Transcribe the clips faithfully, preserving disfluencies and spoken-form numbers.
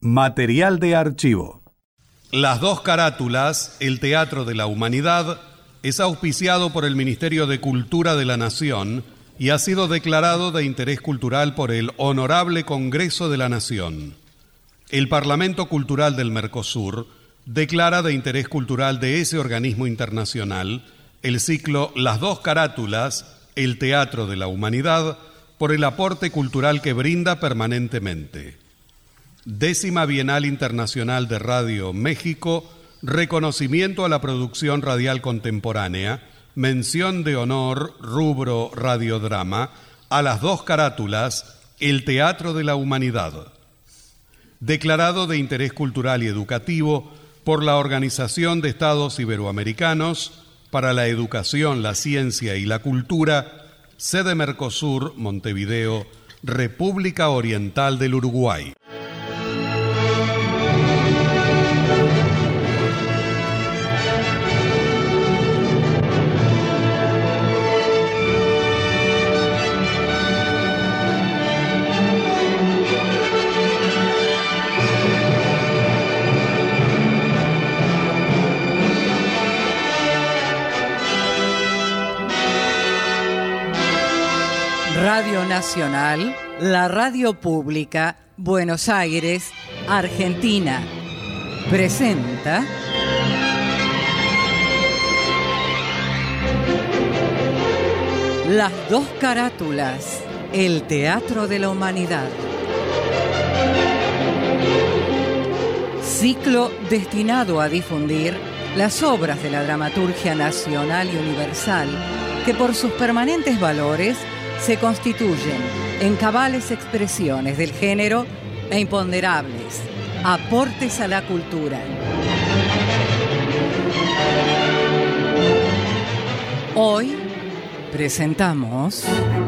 Material de archivo. Las dos carátulas, el Teatro de la Humanidad, es auspiciado por el Ministerio de Cultura de la Nación y ha sido declarado de interés cultural por el Honorable Congreso de la Nación. El Parlamento Cultural del Mercosur declara de interés cultural de ese organismo internacional el ciclo Las dos carátulas, el Teatro de la Humanidad, por el aporte cultural que brinda permanentemente. Décima Bienal Internacional de Radio México, reconocimiento a la producción radial contemporánea, mención de honor, rubro radiodrama, a las dos carátulas, el Teatro de la Humanidad. Declarado de interés cultural y educativo por la Organización de Estados Iberoamericanos para la Educación, la Ciencia y la Cultura, sede Mercosur, Montevideo, República Oriental del Uruguay. Radio Nacional, la radio pública, Buenos Aires, Argentina, presenta Las dos carátulas, el Teatro de la Humanidad. Ciclo destinado a difundir las obras de la dramaturgia nacional y universal que por sus permanentes valores se constituyen en cabales expresiones del género e imponderables aportes a la cultura. Hoy presentamos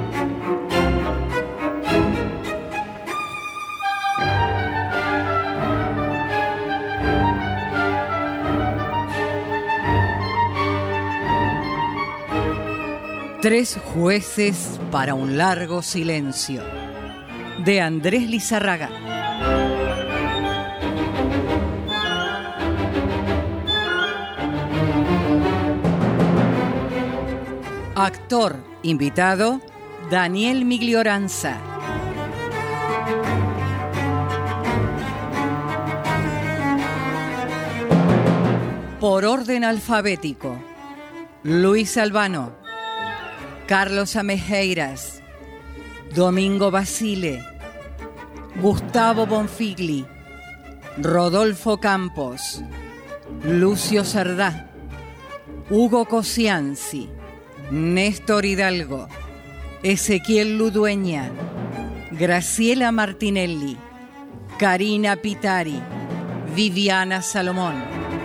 Tres jueces para un largo silencio, de Andrés Lizárraga. Actor invitado, Daniel Miglioranza. Por orden alfabético, Luis Albano, Carlos Amejeiras, Domingo Basile, Gustavo Bonfigli, Rodolfo Campos, Lucio Cerdá, Hugo Cosianzi, Néstor Hidalgo, Ezequiel Ludueña, Graciela Martinelli, Karina Pitari, Viviana Salomón.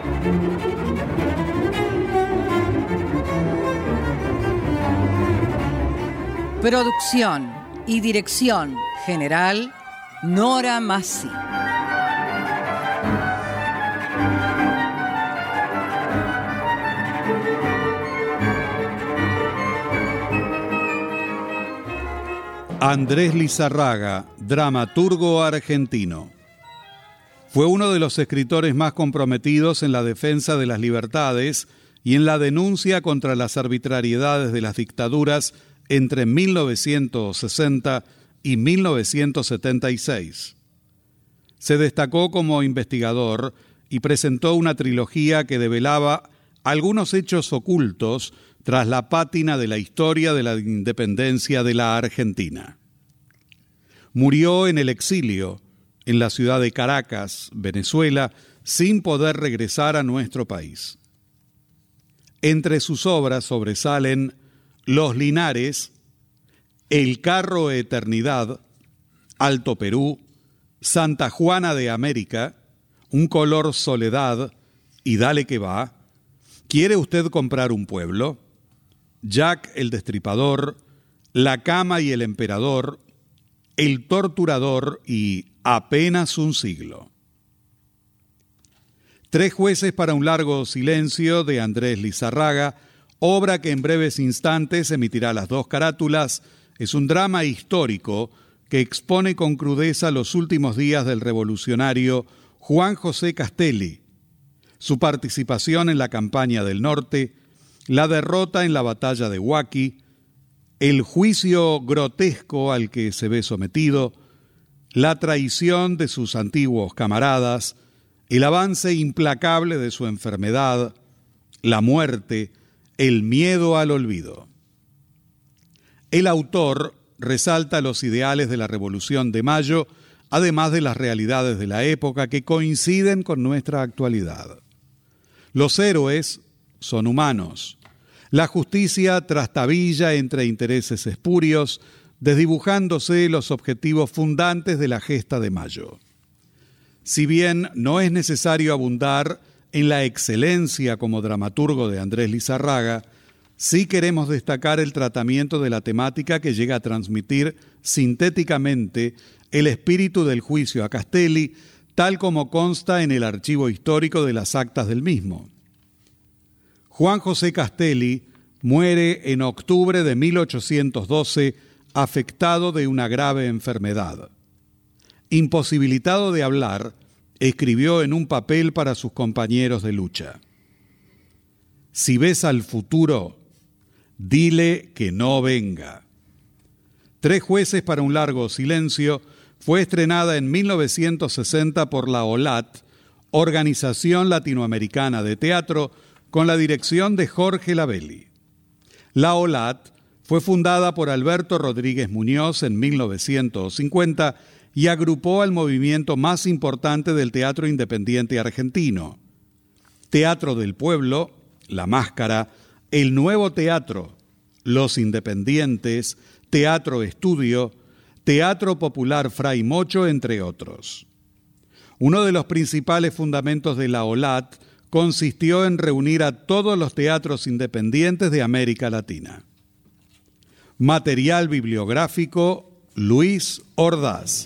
Producción y dirección general, Nora Massi. Andrés Lizárraga, dramaturgo argentino. Fue uno de los escritores más comprometidos en la defensa de las libertades y en la denuncia contra las arbitrariedades de las dictaduras entre mil novecientos sesenta y mil novecientos setenta y seis. Se destacó como investigador y presentó una trilogía que develaba algunos hechos ocultos tras la pátina de la historia de la independencia de la Argentina. Murió en el exilio, en la ciudad de Caracas, Venezuela, sin poder regresar a nuestro país. Entre sus obras sobresalen Los Linares, El Carro Eternidad, Alto Perú, Santa Juana de América, Un color soledad y Dale que va, ¿Quiere usted comprar un pueblo?, Jack el Destripador, La Cama y el Emperador, El Torturador y Apenas un siglo. Tres jueces para un largo silencio, de Andrés Lizárraga, obra que en breves instantes emitirá las dos carátulas, es un drama histórico que expone con crudeza los últimos días del revolucionario Juan José Castelli, su participación en la campaña del Norte, la derrota en la batalla de Huaqui, el juicio grotesco al que se ve sometido, la traición de sus antiguos camaradas, el avance implacable de su enfermedad, la muerte, el miedo al olvido. El autor resalta los ideales de la Revolución de Mayo, además de las realidades de la época que coinciden con nuestra actualidad. Los héroes son humanos. La justicia trastabilla entre intereses espurios, desdibujándose los objetivos fundantes de la gesta de Mayo. Si bien no es necesario abundar en la excelencia como dramaturgo de Andrés Lizarraga, sí queremos destacar el tratamiento de la temática que llega a transmitir sintéticamente el espíritu del juicio a Castelli, tal como consta en el archivo histórico de las actas del mismo. Juan José Castelli muere en octubre de mil ochocientos doce afectado de una grave enfermedad. Imposibilitado de hablar, escribió en un papel para sus compañeros de lucha: si ves al futuro, dile que no venga. Tres jueces para un largo silencio fue estrenada en mil novecientos sesenta por la O L A T, Organización Latinoamericana de Teatro, con la dirección de Jorge Labelli. La O L A T fue fundada por Alberto Rodríguez Muñoz en mil novecientos cincuenta y agrupó al movimiento más importante del teatro independiente argentino: Teatro del Pueblo, La Máscara, El Nuevo Teatro, Los Independientes, Teatro Estudio, Teatro Popular Fray Mocho, entre otros. Uno de los principales fundamentos de la O L A T consistió en reunir a todos los teatros independientes de América Latina. Material bibliográfico: Luis Ordaz.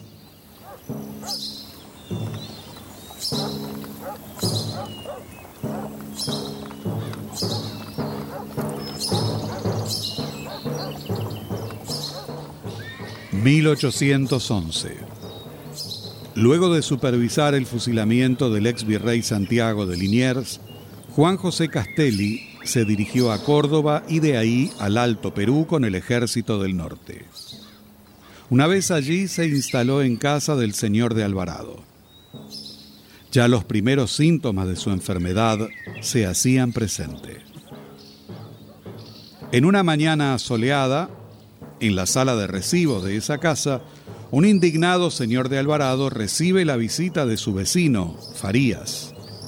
mil ochocientos once. Luego de supervisar el fusilamiento del ex virrey Santiago de Liniers, Juan José Castelli se dirigió a Córdoba y de ahí al Alto Perú con el Ejército del Norte. Una vez allí se instaló en casa del señor de Alvarado. Ya los primeros síntomas de su enfermedad se hacían presente. En una mañana soleada, en la sala de recibo de esa casa, un indignado señor de Alvarado recibe la visita de su vecino, Farías.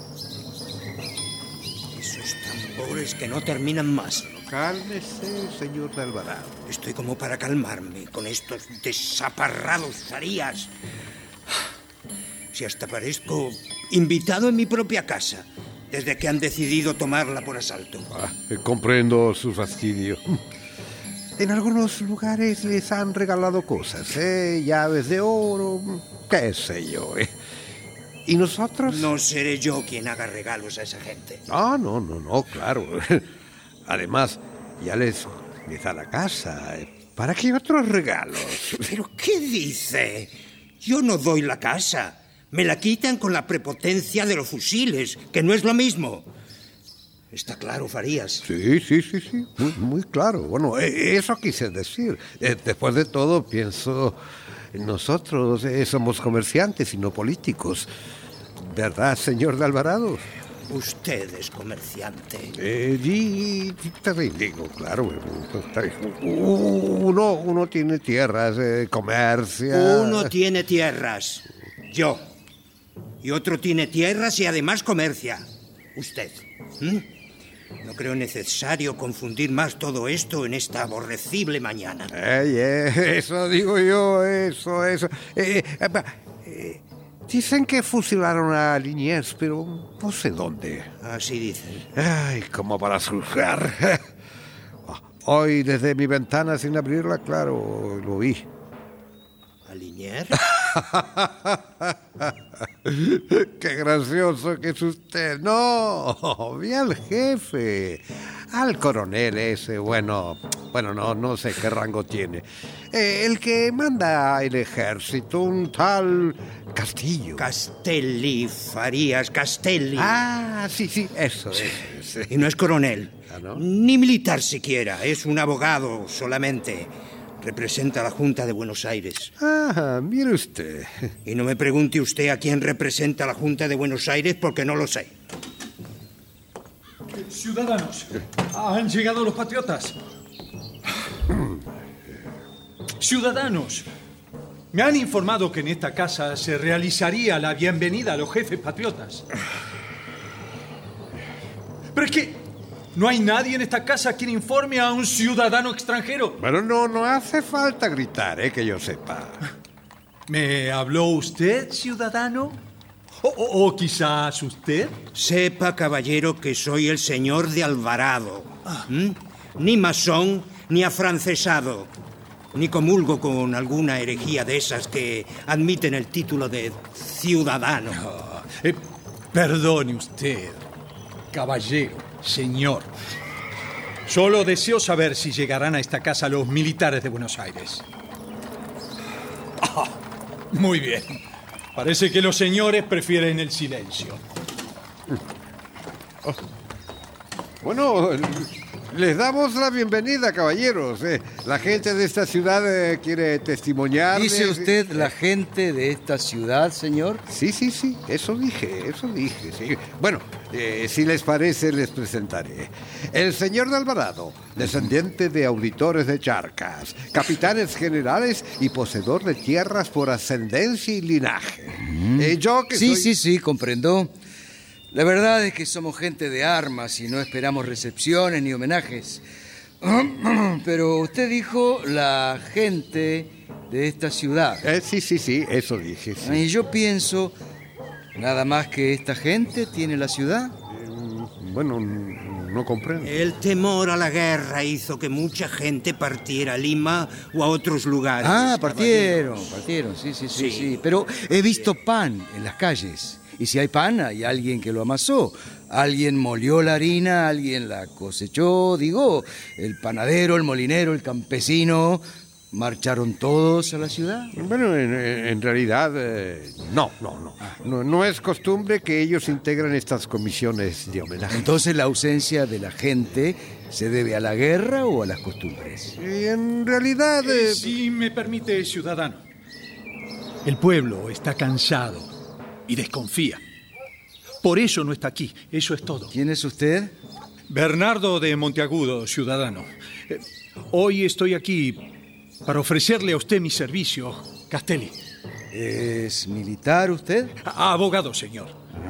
Esos tambores que no terminan más. Cálmese, señor de Alvarado. Estoy como para calmarme con estos desaparrados Farías. Si hasta parezco invitado en mi propia casa, desde que han decidido tomarla por asalto. Ah, comprendo su fastidio. En algunos lugares les han regalado cosas, ¿eh? Llaves de oro, qué sé yo, ¿eh? ¿Y nosotros? No seré yo quien haga regalos a esa gente. No, no, no, no, claro. Además, ya les, les da la casa. ¿Para qué otros regalos? ¿Pero qué dice? Yo no doy la casa. Me la quitan con la prepotencia de los fusiles, que no es lo mismo. ¿Está claro, Farías? Sí, sí, sí, sí, muy, muy claro. Bueno, eso quise decir. Después de todo, pienso, nosotros eh, somos comerciantes y no políticos. ¿Verdad, señor de Alvarado? Usted es comerciante. Eh, y te digo, claro. Uno, uno tiene tierras, eh, comercia. Uno tiene tierras. Yo. Y otro tiene tierras y además comercia. Usted. ¿Mm? No creo necesario confundir más todo esto en esta aborrecible mañana. Ey, eh, eso digo yo, eso, eso. Eh, eh, eh, dicen que fusilaron a Liniers, pero no sé dónde. Así dicen. Ay, como para juzgar. Hoy, desde mi ventana, sin abrirla, claro, lo vi. ¿A Liniers? ¡Qué gracioso que es usted! ¡No! Vi al jefe, al coronel ese, bueno, bueno, no, no sé qué rango tiene. Eh, el que manda el ejército, un tal Castillo. Castelli, Farías, Castelli. Ah, sí, sí, eso, eso. Y no es coronel, ¿Ah, no? ni militar siquiera, es un abogado solamente. Representa a la Junta de Buenos Aires. Ah, mire usted. Y no me pregunte usted a quién representa la Junta de Buenos Aires porque no lo sé. Ciudadanos, han llegado los patriotas. Ciudadanos, me han informado que en esta casa se realizaría la bienvenida a los jefes patriotas. Pero es que no hay nadie en esta casa quien informe a un ciudadano extranjero. Bueno, no, no hace falta gritar, eh, que yo sepa. ¿Me habló usted, ciudadano? ¿O, o, o quizás usted? Sepa, caballero, que soy el señor de Alvarado. ¿Mm? Ni masón, ni afrancesado. Ni comulgo con alguna herejía de esas que admiten el título de ciudadano. Oh, eh, perdone usted, caballero, señor. Solo deseo saber si llegarán a esta casa los militares de Buenos Aires. Ah, muy bien. Parece que los señores prefieren el silencio. Oh. Bueno, les damos la bienvenida, caballeros. Eh, la gente de esta ciudad eh, quiere testimoniar. ¿Dice usted la gente de esta ciudad, señor? Sí, sí, sí, eso dije, eso dije. Sí. Bueno, eh, si les parece, les presentaré. El señor de Alvarado, descendiente de auditores de Charcas, capitanes generales y poseedor de tierras por ascendencia y linaje. Mm. Eh, yo que Sí, soy... sí, sí, comprendo. La verdad es que somos gente de armas y no esperamos recepciones ni homenajes. Pero usted dijo la gente de esta ciudad. Eh, sí, sí, sí, eso dije. Sí. Y yo pienso, nada más que esta gente tiene la ciudad. Eh, bueno, no comprendo. El temor a la guerra hizo que mucha gente partiera a Lima o a otros lugares. Ah, partieron, caballeros. partieron, sí, sí, sí, Sí. sí. Pero he visto pan en las calles. Y si hay pan, hay alguien que lo amasó. Alguien molió la harina, alguien la cosechó. Digo, el panadero, el molinero, el campesino. ¿Marcharon todos a la ciudad? Bueno, en, en realidad, eh, no, no, no, no. No es costumbre que ellos integren estas comisiones de homenaje. Entonces, ¿la ausencia de la gente se debe a la guerra o a las costumbres? Y en realidad... Eh, eh, si me permite, ciudadano. El pueblo está cansado y desconfía. Por eso no está aquí, eso es todo. ¿Quién es usted? Bernardo de Monteagudo, ciudadano. Eh, hoy estoy aquí para ofrecerle a usted mi servicio, Castelli. ¿Es militar usted? A- abogado, señor.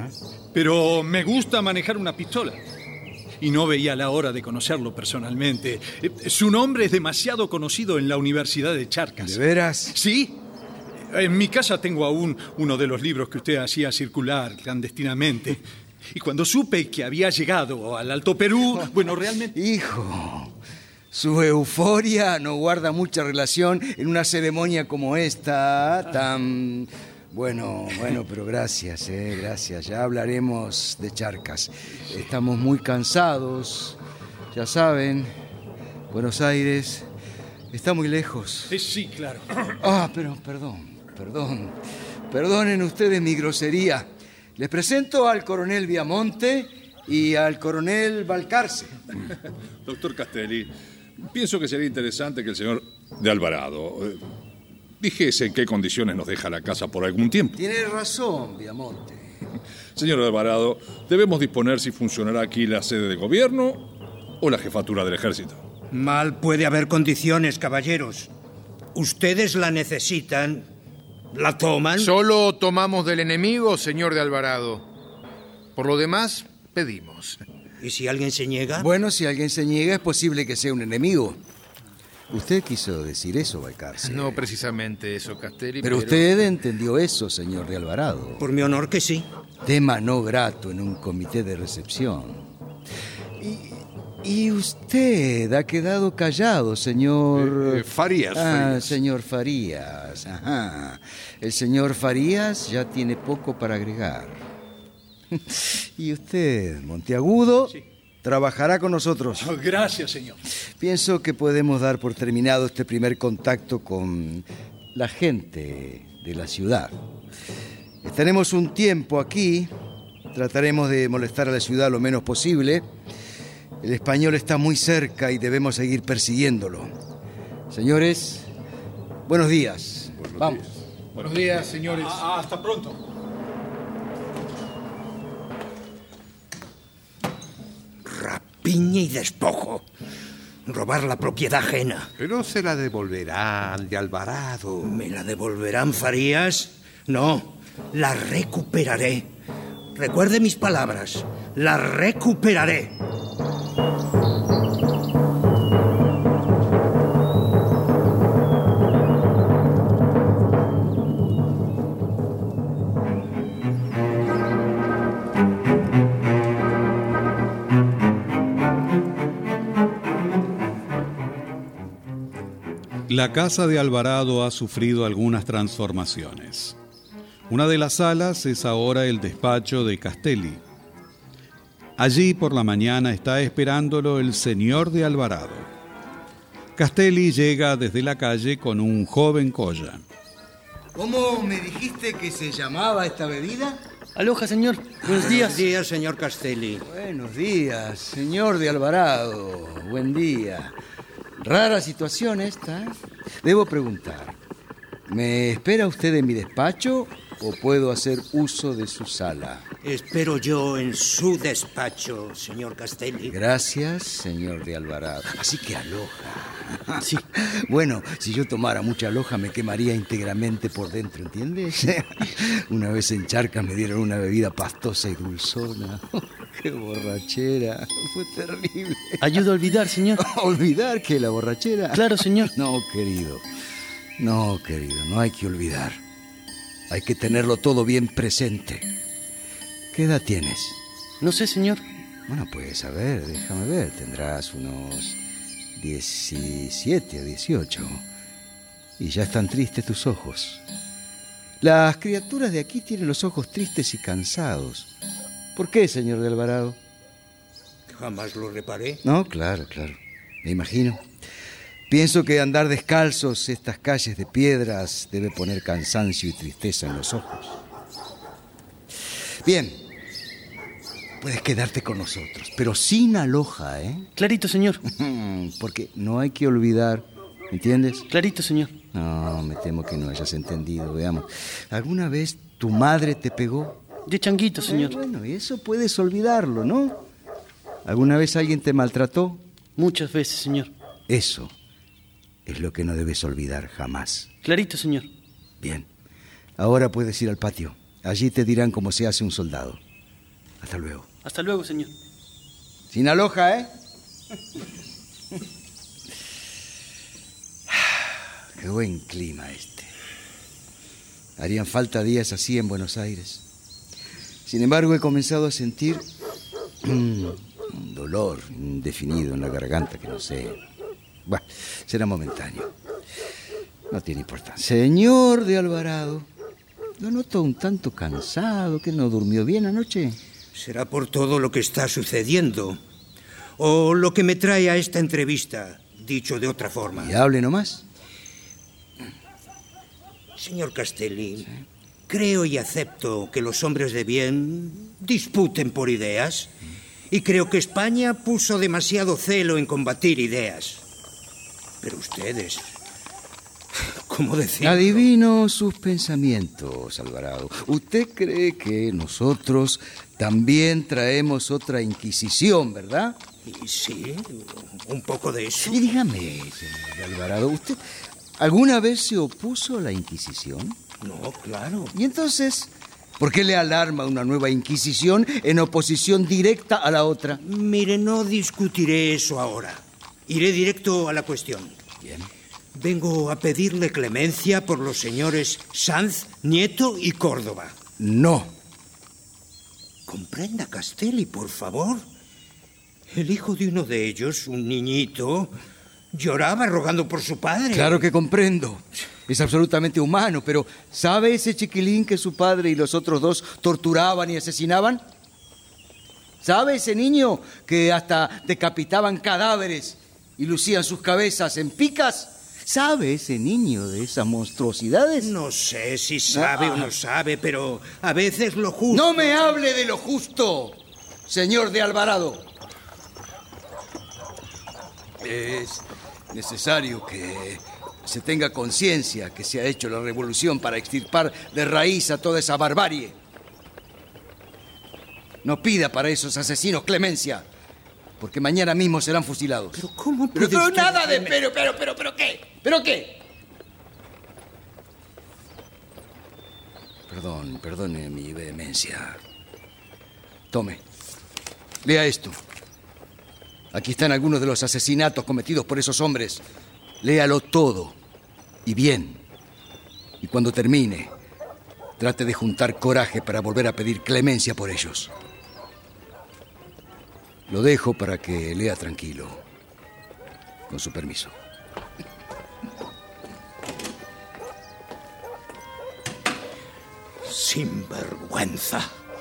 Pero me gusta manejar una pistola. Y no veía la hora de conocerlo personalmente. Eh, Su nombre es demasiado conocido en la Universidad de Charcas. ¿De veras? Sí. En mi casa tengo aún uno de los libros que usted hacía circular clandestinamente. Y cuando supe que había llegado al Alto Perú, bueno, realmente... Hijo, su euforia no guarda mucha relación en una ceremonia como esta, tan... Bueno, bueno, pero gracias, eh, gracias. Ya hablaremos de Charcas. Estamos muy cansados, ya saben. Buenos Aires está muy lejos. Eh, sí, claro. Ah, pero perdón, perdón. Perdonen ustedes mi grosería. Les presento al coronel Viamonte y al coronel Balcarce. Doctor Castelli, pienso que sería interesante que el señor de Alvarado eh, dijese en qué condiciones nos deja la casa por algún tiempo. Tiene razón, Viamonte. Señor de Alvarado, debemos disponer si funcionará aquí la sede de gobierno o la jefatura del ejército. Mal puede haber condiciones, caballeros. Ustedes la necesitan, la toman. Solo tomamos del enemigo, señor de Alvarado. Por lo demás, pedimos. ¿Y si alguien se niega? Bueno, si alguien se niega, es posible que sea un enemigo. Usted quiso decir eso, Balcarce. No precisamente eso, Castelli. Pero usted entendió eso, señor de Alvarado. Por mi honor que sí. Tema no grato en un comité de recepción. Y, y usted ha quedado callado, señor... Eh, eh, Farías, Ah, Farías. señor Farías. Ajá. El señor Farías ya tiene poco para agregar. Y usted, Monteagudo, Sí. trabajará con nosotros. Oh, gracias, señor. Pienso que podemos dar por terminado este primer contacto con la gente de la ciudad. Estaremos un tiempo aquí, trataremos de molestar a la ciudad lo menos posible. El español está muy cerca y debemos seguir persiguiéndolo. Señores, buenos días. Buenos Vamos. días. Buenos días, señores. Ah, hasta pronto. Rapiña y despojo. Robar la propiedad ajena. Pero se la devolverán de Alvarado. ¿Me la devolverán, Farías? No, la recuperaré. Recuerde mis palabras. La recuperaré. La casa de Alvarado ha sufrido algunas transformaciones. Una de las salas es ahora el despacho de Castelli. Allí por la mañana está esperándolo el señor de Alvarado. Castelli llega desde la calle con un joven colla. ¿Cómo me dijiste que se llamaba esta bebida? Aloha, señor. Buenos días. Buenos días, señor Castelli. Buenos días, señor de Alvarado. Buen día. Rara situación esta, ¿eh? Debo preguntar, ¿me espera usted en mi despacho o puedo hacer uso de su sala? Espero yo en su despacho, señor Castelli. Gracias, señor de Alvarado. Así que aloja. Sí. Bueno, si yo tomara mucha aloja me quemaría íntegramente por dentro, ¿entiendes? Una vez en Charcas me dieron una bebida pastosa y dulzona. ¡Qué borrachera! Fue terrible. Ayuda a olvidar, señor. ¿Olvidar qué? ¿La borrachera? Claro, señor. No, querido. No, querido, no hay que olvidar. Hay que tenerlo todo bien presente. ¿Qué edad tienes? No sé, señor. Bueno, pues a ver, déjame ver. Tendrás unos diecisiete o dieciocho. Y ya están tristes tus ojos. Las criaturas de aquí tienen los ojos tristes y cansados. ¿Por qué, señor de Alvarado? Jamás lo reparé. No, claro, claro. Me imagino. Pienso que andar descalzos estas calles de piedras debe poner cansancio y tristeza en los ojos. Bien. Puedes quedarte con nosotros, pero sin aloja, ¿eh? Clarito, señor. Porque no hay que olvidar, ¿entiendes? Clarito, señor. No, me temo que no hayas entendido, veamos. ¿Alguna vez tu madre te pegó? De changuito, señor. Eh, bueno, eso puedes olvidarlo, ¿no? ¿Alguna vez alguien te maltrató? Muchas veces, señor. Eso es lo que no debes olvidar jamás. Clarito, señor. Bien. Ahora puedes ir al patio. Allí te dirán cómo se hace un soldado. Hasta luego. Hasta luego, señor. Sin aloja, ¿eh? Qué buen clima este. Harían falta días así en Buenos Aires. Sin embargo, he comenzado a sentir un dolor indefinido en la garganta que no sé. Bueno, será momentáneo. No tiene importancia. Señor de Alvarado, lo noto un tanto cansado. ¿Que no durmió bien anoche? Será por todo lo que está sucediendo. O lo que me trae a esta entrevista, dicho de otra forma. Y hable nomás. Señor Castelli, ¿sí? Creo y acepto que los hombres de bien disputen por ideas. Y creo que España puso demasiado celo en combatir ideas. Pero ustedes... ¿Cómo decirlo? Adivino sus pensamientos, Alvarado. ¿Usted cree que nosotros también traemos otra Inquisición, verdad? Y sí, un poco de eso. Y dígame, señor de Alvarado, ¿usted alguna vez se opuso a la Inquisición? No, claro. ¿Y entonces por qué le alarma una nueva Inquisición en oposición directa a la otra? Mire, no discutiré eso ahora. Iré directo a la cuestión. Bien. Vengo a pedirle clemencia por los señores Sanz, Nieto y Córdoba. No. Comprenda, Castelli, por favor. El hijo de uno de ellos, un niñito, lloraba rogando por su padre. Claro que comprendo. Es absolutamente humano, pero ¿sabe ese chiquilín que su padre y los otros dos torturaban y asesinaban? ¿Sabe ese niño que hasta decapitaban cadáveres y lucían sus cabezas en picas? ¿Sabe ese niño de esas monstruosidades? No sé si sabe ah. o no sabe, pero a veces lo justo... ¡No me hable de lo justo, señor de Alvarado! Es necesario que se tenga conciencia que se ha hecho la revolución para extirpar de raíz a toda esa barbarie. No pida para esos asesinos clemencia, porque mañana mismo serán fusilados. ¿Pero cómo Pero, puede pero usted nada de decirme? pero, pero, pero, pero, ¿qué? ¿Pero qué? Perdón, perdone mi vehemencia. Tome, lea esto. Aquí están algunos de los asesinatos cometidos por esos hombres. Léalo todo, y bien. Y cuando termine, trate de juntar coraje para volver a pedir clemencia por ellos. Lo dejo para que lea tranquilo. Con su permiso. Sinvergüenza.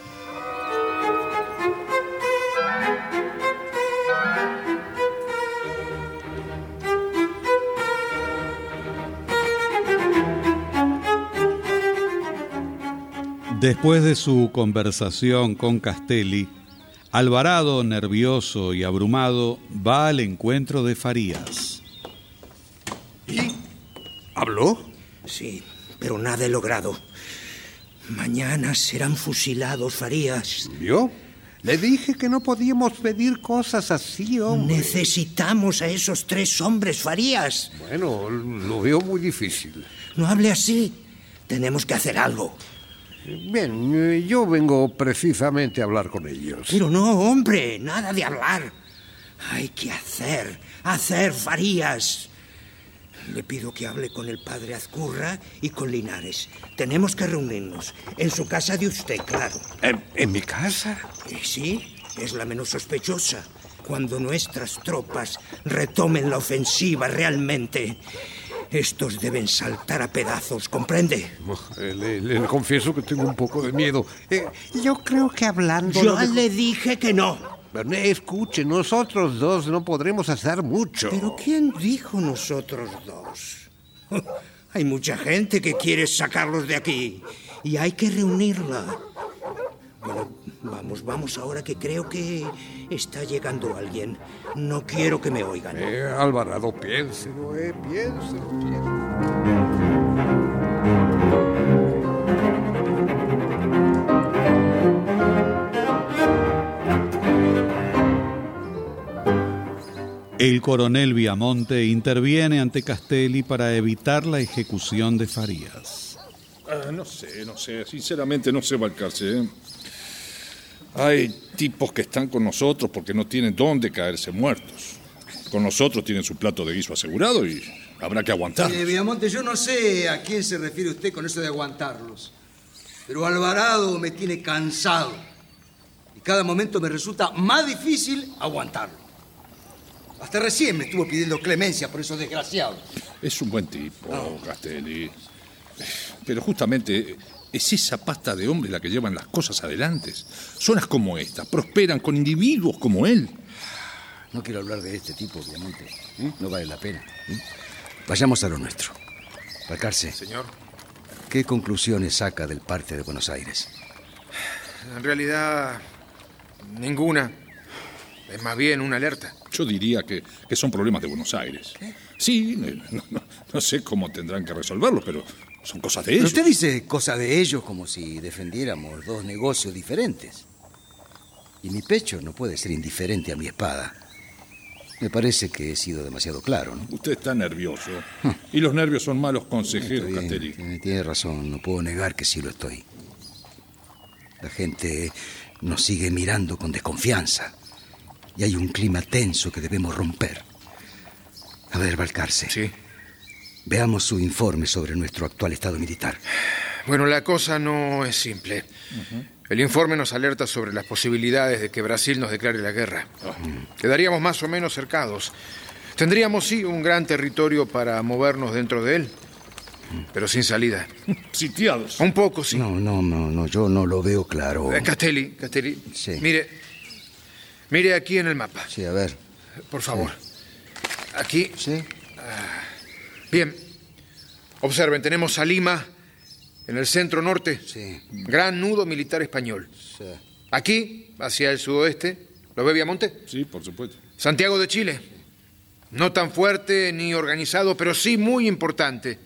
Después de su conversación con Castelli, Alvarado, nervioso y abrumado, va al encuentro de Farías. ¿Y? ¿Habló? Sí, pero nada he logrado. Mañana serán fusilados, Farías. ¿Vio? Le dije que no podíamos pedir cosas así, hombre. Necesitamos a esos tres hombres, Farías. Bueno, lo veo muy difícil. No hable así. Tenemos que hacer algo. Bien, yo vengo precisamente a hablar con ellos. Pero no, hombre, nada de hablar. Hay que hacer, hacer, Farías. Le pido que hable con el padre Azcurra y con Linares. Tenemos que reunirnos. En su casa de usted, claro. ¿En, en mi casa? Y sí, es la menos sospechosa. Cuando nuestras tropas retomen la ofensiva realmente, estos deben saltar a pedazos, ¿comprende? Le, le, le confieso que tengo un poco de miedo. Eh, yo creo que hablando... Yo de... le dije que no. Escuche, nosotros dos no podremos hacer mucho. ¿Pero quién dijo nosotros dos? Hay mucha gente que quiere sacarlos de aquí y hay que reunirla. Bueno, vamos, vamos ahora que creo que está llegando alguien. No quiero que me oigan. Eh, Alvarado, piénselo, eh, piénselo, piénselo. El coronel Viamonte interviene ante Castelli para evitar la ejecución de Farías. Ah, no sé, no sé. Sinceramente no sé, Balcarce. ¿eh? Hay tipos que están con nosotros porque no tienen dónde caerse muertos. Con nosotros tienen su plato de guiso asegurado y habrá que aguantarlos. Eh, Viamonte, yo no sé a quién se refiere usted con eso de aguantarlos. Pero Alvarado me tiene cansado. Y cada momento me resulta más difícil aguantarlo. Hasta recién me estuvo pidiendo clemencia por esos desgraciados. Es un buen tipo, no. Castelli. Pero justamente es esa pasta de hombre la que llevan las cosas adelante. Zonas como esta prosperan con individuos como él. No quiero hablar de este tipo, Viamonte. ¿Eh? No vale la pena. ¿Eh? Vayamos a lo nuestro. Balcarce. Señor. ¿Qué conclusiones saca del parte de Buenos Aires? En realidad, ninguna. Es más bien una alerta. Yo diría que, que son problemas de Buenos Aires. ¿Qué? Sí, no, no, no sé cómo tendrán que resolverlos, pero son cosas de ellos. Pero usted dice cosas de ellos como si defendiéramos dos negocios diferentes. Y mi pecho no puede ser indiferente a mi espada. Me parece que he sido demasiado claro, ¿no? Usted está nervioso. Y los nervios son malos consejeros, Castelli. Tiene razón, no puedo negar que sí lo estoy. La gente nos sigue mirando con desconfianza. Y hay un clima tenso que debemos romper. A ver, Balcarce. Sí. Veamos su informe sobre nuestro actual estado militar. Bueno, la cosa no es simple. Uh-huh. El informe nos alerta sobre las posibilidades de que Brasil nos declare la guerra. Uh-huh. Quedaríamos más o menos cercados. Tendríamos, sí, un gran territorio para movernos dentro de él, uh-huh. pero sin salida. Sitiados. Un poco, sí. No, no, no, no, yo no lo veo claro. Eh, Castelli, Castelli, sí. Mire, Mire aquí en el mapa. Sí, a ver. Por favor. Sí. Aquí. Sí. Ah, bien. Observen, tenemos a Lima en el centro norte. Sí. Gran nudo militar español. Sí. Aquí, hacia el sudoeste, ¿lo ve Viamonte? Sí, por supuesto. Santiago de Chile. No tan fuerte ni organizado, pero sí muy importante.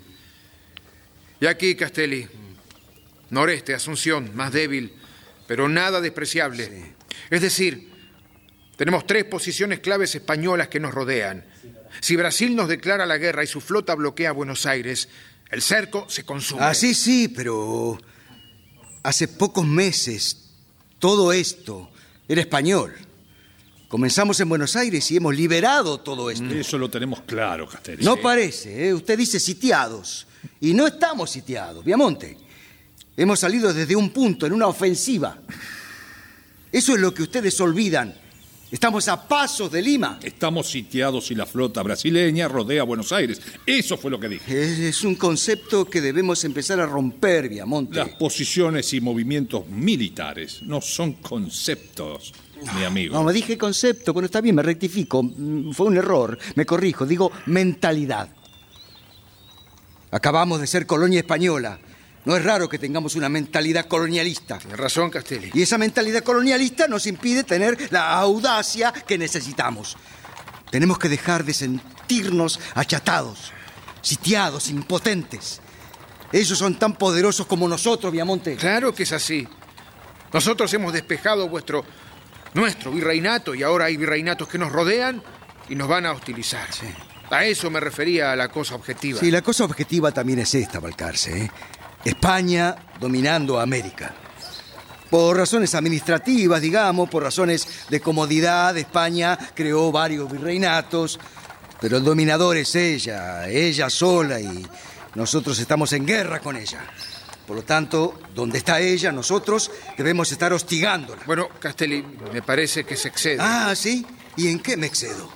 Y aquí, Castelli. Noreste, Asunción, más débil, pero nada despreciable. Sí. Es decir, tenemos tres posiciones claves españolas que nos rodean. Si Brasil nos declara la guerra y su flota bloquea Buenos Aires, el cerco se consume. Ah, sí, sí, pero hace pocos meses todo esto era español. Comenzamos en Buenos Aires y hemos liberado todo esto. Eso lo tenemos claro, Castelli. No parece, ¿eh? Usted dice sitiados. Y no estamos sitiados, Viamonte. Hemos salido desde un punto, en una ofensiva. Eso es lo que ustedes olvidan. Estamos a pasos de Lima. Estamos sitiados y la flota brasileña rodea Buenos Aires. Eso fue lo que dije. Es un concepto que debemos empezar a romper, Viamonte. Las posiciones y movimientos militares no son conceptos, mi amigo. No, me dije concepto. Bueno, está bien, me rectifico. Fue un error. Me corrijo. Digo mentalidad. Acabamos de ser colonia española. No es raro que tengamos una mentalidad colonialista. Tiene razón, Castelli. Y esa mentalidad colonialista nos impide tener la audacia que necesitamos. Tenemos que dejar de sentirnos achatados, sitiados, impotentes. Ellos son tan poderosos como nosotros, Viamonte. Claro que es así. Nosotros hemos despejado vuestro, nuestro virreinato y ahora hay virreinatos que nos rodean y nos van a hostilizar. Sí. A eso me refería a la cosa objetiva. Sí, la cosa objetiva también es esta, Balcarce, ¿eh? España dominando a América. Por razones administrativas, digamos, por razones de comodidad, España creó varios virreinatos, pero el dominador es ella, ella sola, y nosotros estamos en guerra con ella. Por lo tanto, donde está ella, nosotros debemos estar hostigándola. Bueno, Castelli, me parece que se excede. Ah, ¿sí? ¿Y en qué me excedo?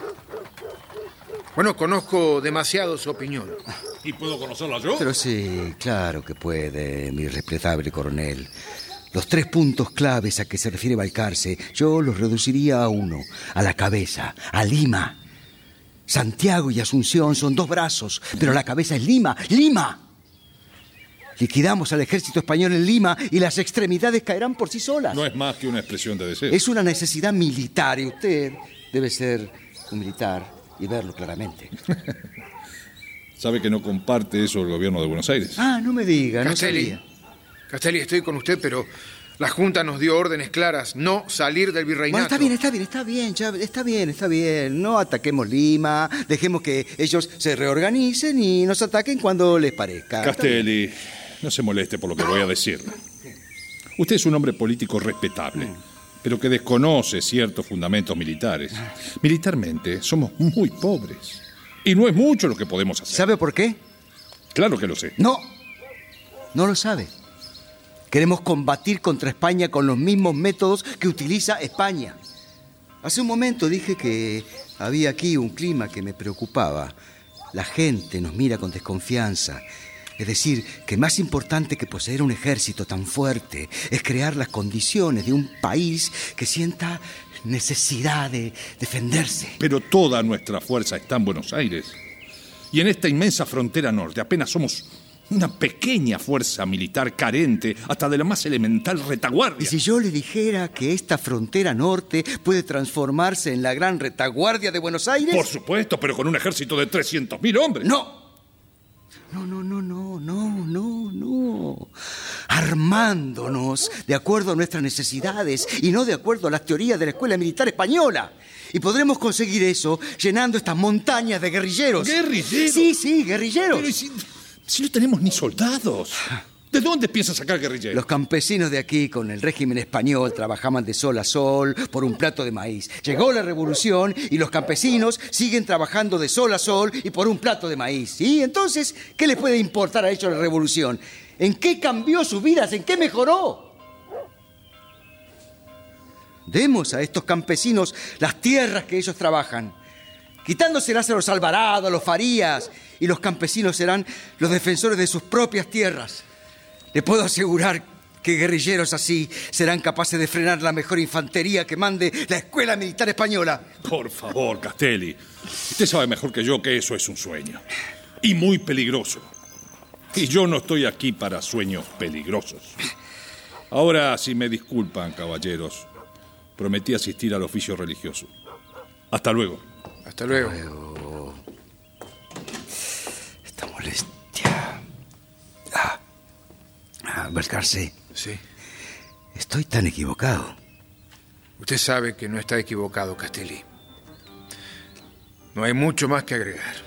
Bueno, conozco demasiado su opinión. ¿Y puedo conocerla yo? Pero sí, claro que puede, mi respetable coronel. Los tres puntos claves a que se refiere Balcarce, yo los reduciría a uno, a la cabeza, a Lima. Santiago y Asunción son dos brazos, pero la cabeza es Lima, ¡Lima! Liquidamos al ejército español en Lima y las extremidades caerán por sí solas. No es más que una expresión de deseo. Es una necesidad militar y usted debe ser un militar y verlo claramente. Sabe que no comparte eso el gobierno de Buenos Aires. Ah, no me diga, no Castelli, sabía. Castelli, estoy con usted, pero la Junta nos dio órdenes claras, no salir del virreinato. Bueno, está bien, está bien, está bien, ya, está bien, está bien. No ataquemos Lima, dejemos que ellos se reorganicen y nos ataquen cuando les parezca. Castelli, no se moleste por lo que voy a decirle. Usted es un hombre político respetable, pero que desconoce ciertos fundamentos militares. Militarmente somos muy pobres. Y no es mucho lo que podemos hacer. ¿Sabe por qué? Claro que lo sé. No, no lo sabe. Queremos combatir contra España con los mismos métodos que utiliza España. Hace un momento dije que había aquí un clima que me preocupaba. La gente nos mira con desconfianza. Es decir, que más importante que poseer un ejército tan fuerte es crear las condiciones de un país que sienta necesidad de defenderse. Pero toda nuestra fuerza está en Buenos Aires. Y en esta inmensa frontera norte apenas somos una pequeña fuerza militar carente hasta de la más elemental retaguardia. ¿Y si yo le dijera que esta frontera norte puede transformarse en la gran retaguardia de Buenos Aires? Por supuesto, pero con un ejército de trescientos mil hombres. ¡No! No, no, no, no, no, no, no. Armándonos de acuerdo a nuestras necesidades y no de acuerdo a las teorías de la Escuela Militar Española. Y podremos conseguir eso llenando estas montañas de guerrilleros. ¿Guerrilleros? Sí, sí, guerrilleros. Pero si, si no tenemos ni soldados. ¿De dónde piensa sacar guerrilleros? Los campesinos de aquí con el régimen español trabajaban de sol a sol por un plato de maíz. Llegó la revolución y los campesinos siguen trabajando de sol a sol y por un plato de maíz. ¿Y entonces qué les puede importar a ellos la revolución? ¿En qué cambió sus vidas? ¿En qué mejoró? Demos a estos campesinos las tierras que ellos trabajan. Quitándoselas a los Alvarado, a los Farías, y los campesinos serán los defensores de sus propias tierras. Le puedo asegurar que guerrilleros así serán capaces de frenar la mejor infantería que mande la Escuela Militar Española. Por favor, Castelli. Usted sabe mejor que yo que eso es un sueño. Y muy peligroso. Y yo no estoy aquí para sueños peligrosos. Ahora, si me disculpan, caballeros, prometí asistir al oficio religioso. Hasta luego. Hasta luego. Hasta luego. Esta molestia. Ah. Ah, Balcarce. Sí. Estoy tan equivocado. Usted sabe que no está equivocado, Castelli. No hay mucho más que agregar.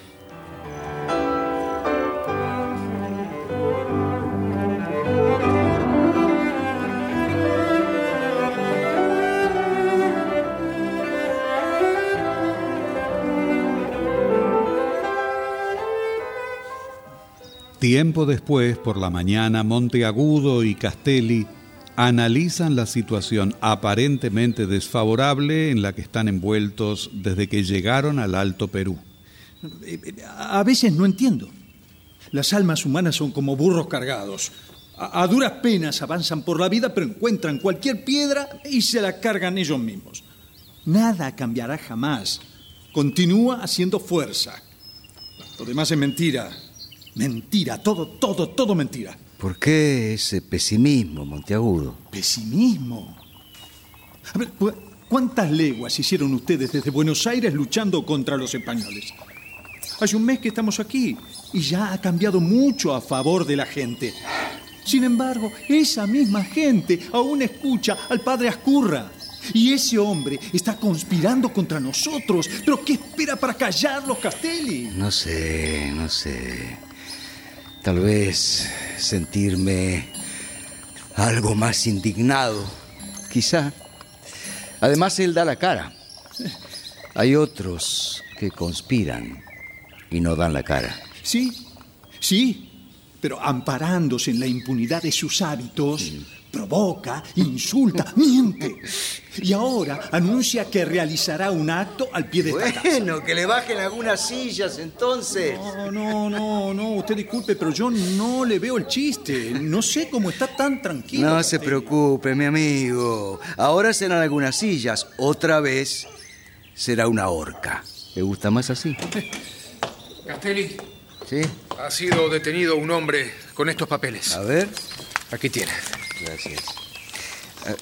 Tiempo después, por la mañana, Monteagudo y Castelli analizan la situación aparentemente desfavorable en la que están envueltos desde que llegaron al Alto Perú. A veces no entiendo. Las almas humanas son como burros cargados. A, a duras penas avanzan por la vida, pero encuentran cualquier piedra y se la cargan ellos mismos. Nada cambiará jamás. Continúa haciendo fuerza. Lo demás es mentira. Mentira, todo, todo, todo mentira. ¿Por qué ese pesimismo, Monteagudo? ¿Pesimismo? A ver, ¿cu- ¿cuántas leguas hicieron ustedes desde Buenos Aires luchando contra los españoles? Hace un mes que estamos aquí y ya ha cambiado mucho a favor de la gente. Sin embargo, esa misma gente aún escucha al padre Ascurra. Y ese hombre está conspirando contra nosotros. ¿Pero qué espera para callarlos, Castelli? No sé, no sé. Tal vez sentirme algo más indignado, quizá. Además, él da la cara. Hay otros que conspiran y no dan la cara. Sí, sí, pero amparándose en la impunidad de sus hábitos, sí. Provoca, insulta, miente. Y ahora anuncia que realizará un acto al pie de esta casa. Bueno, que le bajen algunas sillas entonces. No, no, no, no, usted disculpe, pero yo no le veo el chiste. No sé cómo está tan tranquilo. No se preocupe, mi amigo. Ahora serán algunas sillas. Otra vez será una horca. ¿Le gusta más así? Castelli. ¿Sí? Ha sido detenido un hombre con estos papeles. A ver. Aquí tiene. Gracias. Ah,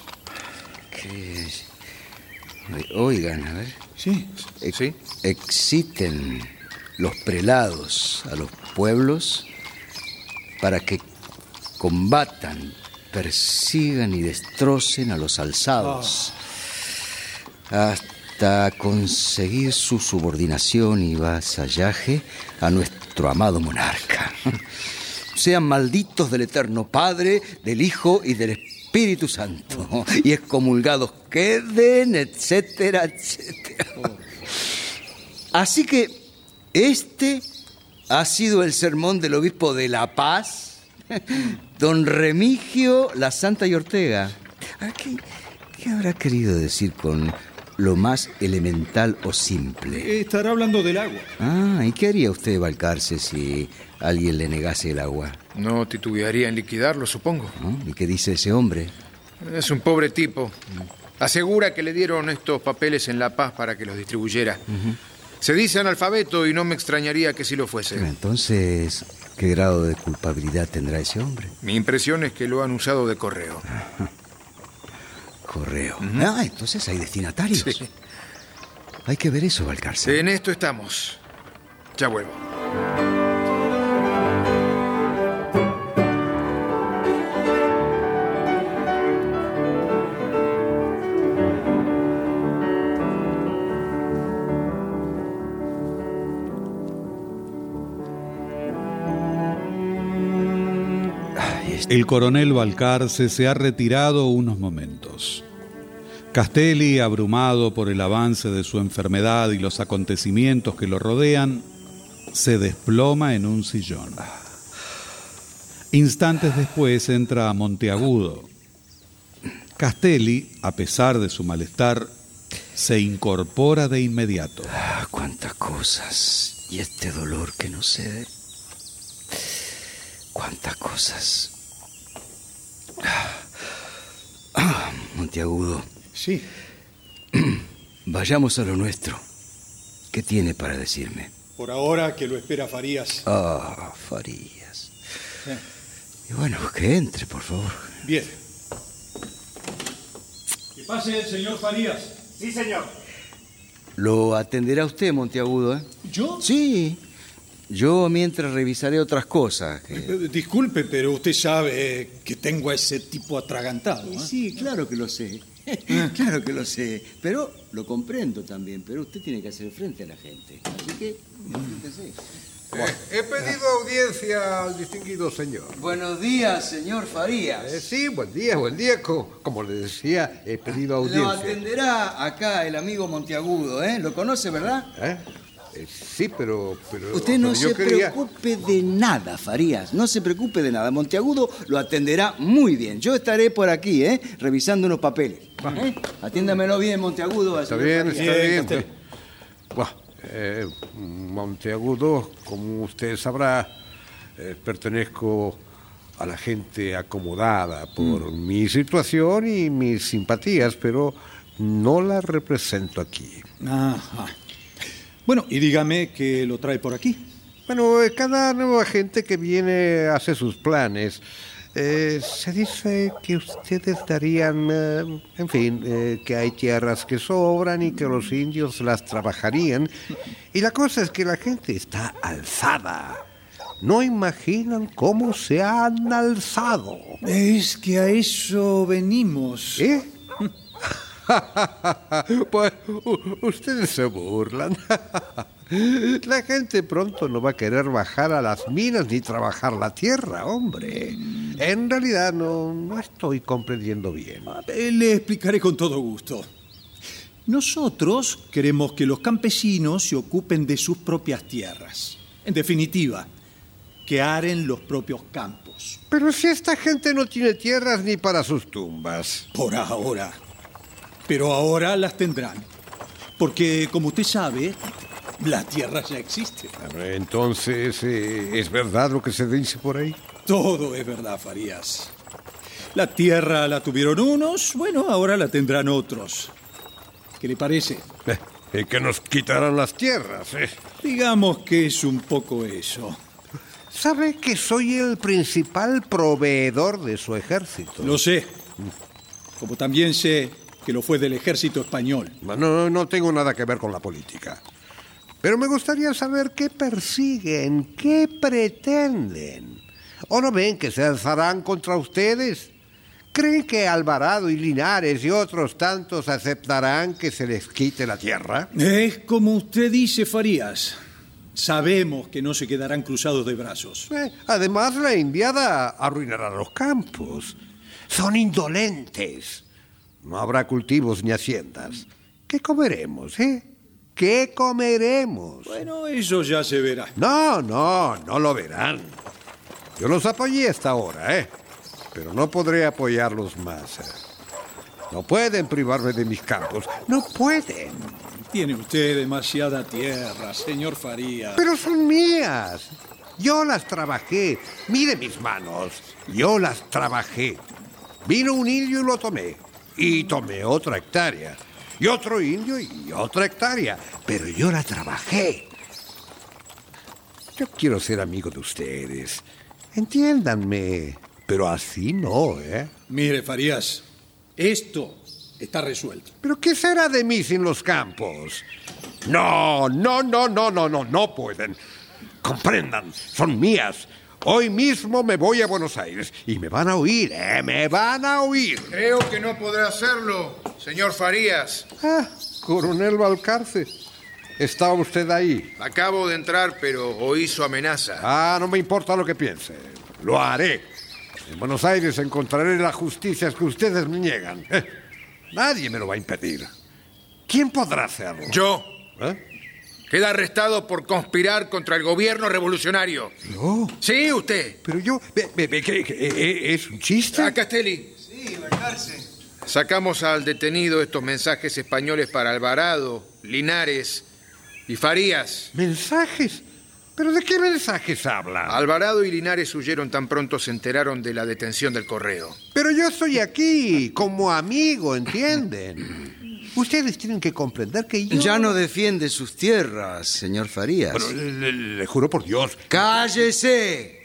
¿qué es? Oigan, a ver. Sí. Ex- ¿Sí? Exciten los prelados a los pueblos para que combatan, persigan y destrocen a los alzados. Oh. Hasta conseguir su subordinación y vasallaje a nuestro amado monarca. Sean malditos del Eterno Padre, del Hijo y del Espíritu Santo, y excomulgados queden, etcétera, etcétera. Así que este ha sido el sermón del obispo de La Paz, don Remigio La Santa y Ortega. ¿Qué, qué habrá querido decir con lo más elemental o simple? Estará hablando del agua. Ah, ¿y qué haría usted, Balcarce, si alguien le negase el agua? No titubearía en liquidarlo, supongo. ¿No? ¿Y qué dice ese hombre? Es un pobre tipo. Asegura que le dieron estos papeles en La Paz para que los distribuyera. Uh-huh. Se dice analfabeto y no me extrañaría que sí lo fuese. Entonces, ¿qué grado de culpabilidad tendrá ese hombre? Mi impresión es que lo han usado de correo. Correo. Uh-huh. Ah, entonces hay destinatarios. Sí. Hay que ver eso, Balcarce. En esto estamos. Ya vuelvo. El coronel Balcarce se ha retirado unos momentos. Castelli, abrumado por el avance de su enfermedad y los acontecimientos que lo rodean, se desploma en un sillón. Instantes después entra Monteagudo. Castelli, a pesar de su malestar, se incorpora de inmediato. Ah, cuántas cosas. Y este dolor que no sé. Cuántas cosas. Monteagudo. Sí. Vayamos a lo nuestro. ¿Qué tiene para decirme? Por ahora que lo espera Farías. Ah, Farías. Eh. Y bueno, que entre, por favor. Bien. Que pase el señor Farías. Sí, señor. Lo atenderá usted, Monteagudo, ¿eh? ¿Yo? Sí. Yo mientras revisaré otras cosas. Que... Eh, Disculpe, pero usted sabe eh, que tengo a ese tipo atragantado. ¿eh? Sí, claro que lo sé. Claro que lo sé. Pero lo comprendo también. Pero usted tiene que hacer frente a la gente. Así que, fíjese. Eh, he pedido audiencia al distinguido señor. Buenos días, señor Farías. Eh, sí, buen día, buen día. Como, como le decía, he pedido audiencia. Lo atenderá acá el amigo Monteagudo, ¿eh? ¿Lo conoce, verdad? ¿Eh? Eh, sí, pero... pero Usted no pero yo se quería... preocupe de nada, Farías. No se preocupe de nada. Monteagudo lo atenderá muy bien. Yo estaré por aquí, ¿eh? Revisando unos papeles. ¿Eh? Atiéndamelo bien, Monteagudo. Está bien, está bien. bien. Bueno, eh, Monteagudo, como usted sabrá, eh, pertenezco a la gente acomodada por mm. mi situación y mis simpatías, pero no la represento aquí. Ajá. Bueno, y dígame que lo trae por aquí. Bueno, eh, cada nueva gente que viene hace sus planes. Eh, se dice que ustedes darían, eh, en fin, eh, que hay tierras que sobran y que los indios las trabajarían. Y la cosa es que la gente está alzada. No imaginan cómo se han alzado. Es que a eso venimos. ¿Eh? Pues ustedes se burlan. La gente pronto no va a querer bajar a las minas ni trabajar la tierra, hombre. En realidad no, no estoy comprendiendo bien. Le explicaré con todo gusto. Nosotros queremos que los campesinos se ocupen de sus propias tierras. En definitiva, que aren los propios campos. Pero si esta gente no tiene tierras ni para sus tumbas. Por ahora. Pero ahora las tendrán. Porque, como usted sabe, la tierra ya existe. Entonces, eh, ¿es verdad lo que se dice por ahí? Todo es verdad, Farías. La tierra la tuvieron unos, bueno, ahora la tendrán otros. ¿Qué le parece? Eh, que nos quitarán las tierras, ¿eh? Digamos que es un poco eso. ¿Sabe que soy el principal proveedor de su ejército? Lo sé. Como también sé que lo fue del ejército español. No, no, no tengo nada que ver con la política. Pero me gustaría saber qué persiguen, qué pretenden. ¿O no ven que se alzarán contra ustedes? ¿Creen que Alvarado y Linares y otros tantos aceptarán que se les quite la tierra? Es como usted dice, Farías. Sabemos que no se quedarán cruzados de brazos. Eh, además, la indiada arruinará los campos. Son indolentes. No habrá cultivos ni haciendas. ¿Qué comeremos, eh? ¿Qué comeremos? Bueno, eso ya se verá. No, no, no lo verán. Yo los apoyé hasta ahora, ¿eh? Pero no podré apoyarlos más. ¿eh? No pueden privarme de mis campos. No pueden. Tiene usted demasiada tierra, señor Farías. Pero son mías. Yo las trabajé. Mire mis manos. Yo las trabajé. Vino un indio y lo tomé. Y tomé otra hectárea. Y otro indio y otra hectárea. Pero yo la trabajé. Yo quiero ser amigo de ustedes. Entiéndanme. Pero así no, ¿eh? Mire, Farías, esto está resuelto. ¿Pero qué será de mí sin los campos? No, no, no, no, no, no, no pueden. Comprendan, son mías. Hoy mismo me voy a Buenos Aires y me van a oír, ¿eh? Me van a oír. Creo que no podrá hacerlo, señor Farías. Ah, coronel Balcarce. ¿Estaba usted ahí? Acabo de entrar, pero oí su amenaza. Ah, no me importa lo que piense. Lo haré. En Buenos Aires encontraré las justicias que ustedes me niegan. Eh, nadie me lo va a impedir. ¿Quién podrá hacerlo? Yo. ¿Eh? Queda arrestado por conspirar contra el gobierno revolucionario. ¿Yo? Sí, usted. Pero yo... Be, be, be, ¿qué, qué, ¿Es un chiste? Ah, Castelli. Sí, Balcarce. Sacamos al detenido estos mensajes españoles para Alvarado, Linares y Farías. ¿Mensajes? ¿Pero de qué mensajes habla? Alvarado y Linares huyeron tan pronto se enteraron de la detención del correo. Pero yo estoy aquí como amigo, ¿entienden? Ustedes tienen que comprender que yo... Ya no defiende sus tierras, señor Farías. Pero le, le- le juro por Dios. ¡Cállese!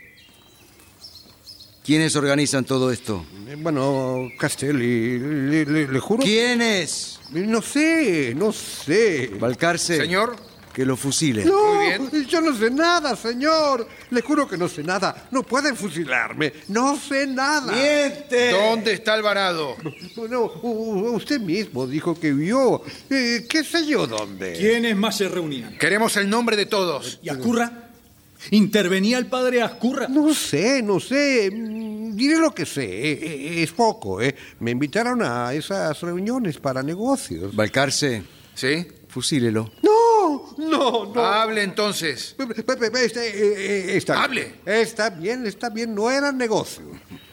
¿Quiénes organizan todo esto? Eh, Bueno, Castelli, le, le- le juro... ¿Quiénes? No sé, no sé. Balcarce. Señor. Que lo fusile. No, Muy bien. yo no sé nada, señor. Le juro que no sé nada. No pueden fusilarme. No sé nada. ¡Miente! ¿Dónde está Alvarado? Bueno, u- usted mismo dijo que vio. Eh, ¿Qué sé yo dónde? ¿Quiénes más se reunían? Queremos el nombre de todos. ¿Y Ascurra? ¿Intervenía el padre Ascurra? No sé, no sé. Mm, Diré lo que sé. Eh, eh, Es poco, ¿eh? Me invitaron a esas reuniones para negocios. Balcarce, ¿Sí? fusílelo. No, no, no. Hable entonces. Pe- pe- pe- Este, eh, eh, está Hable. Está bien, está bien. No era negocio.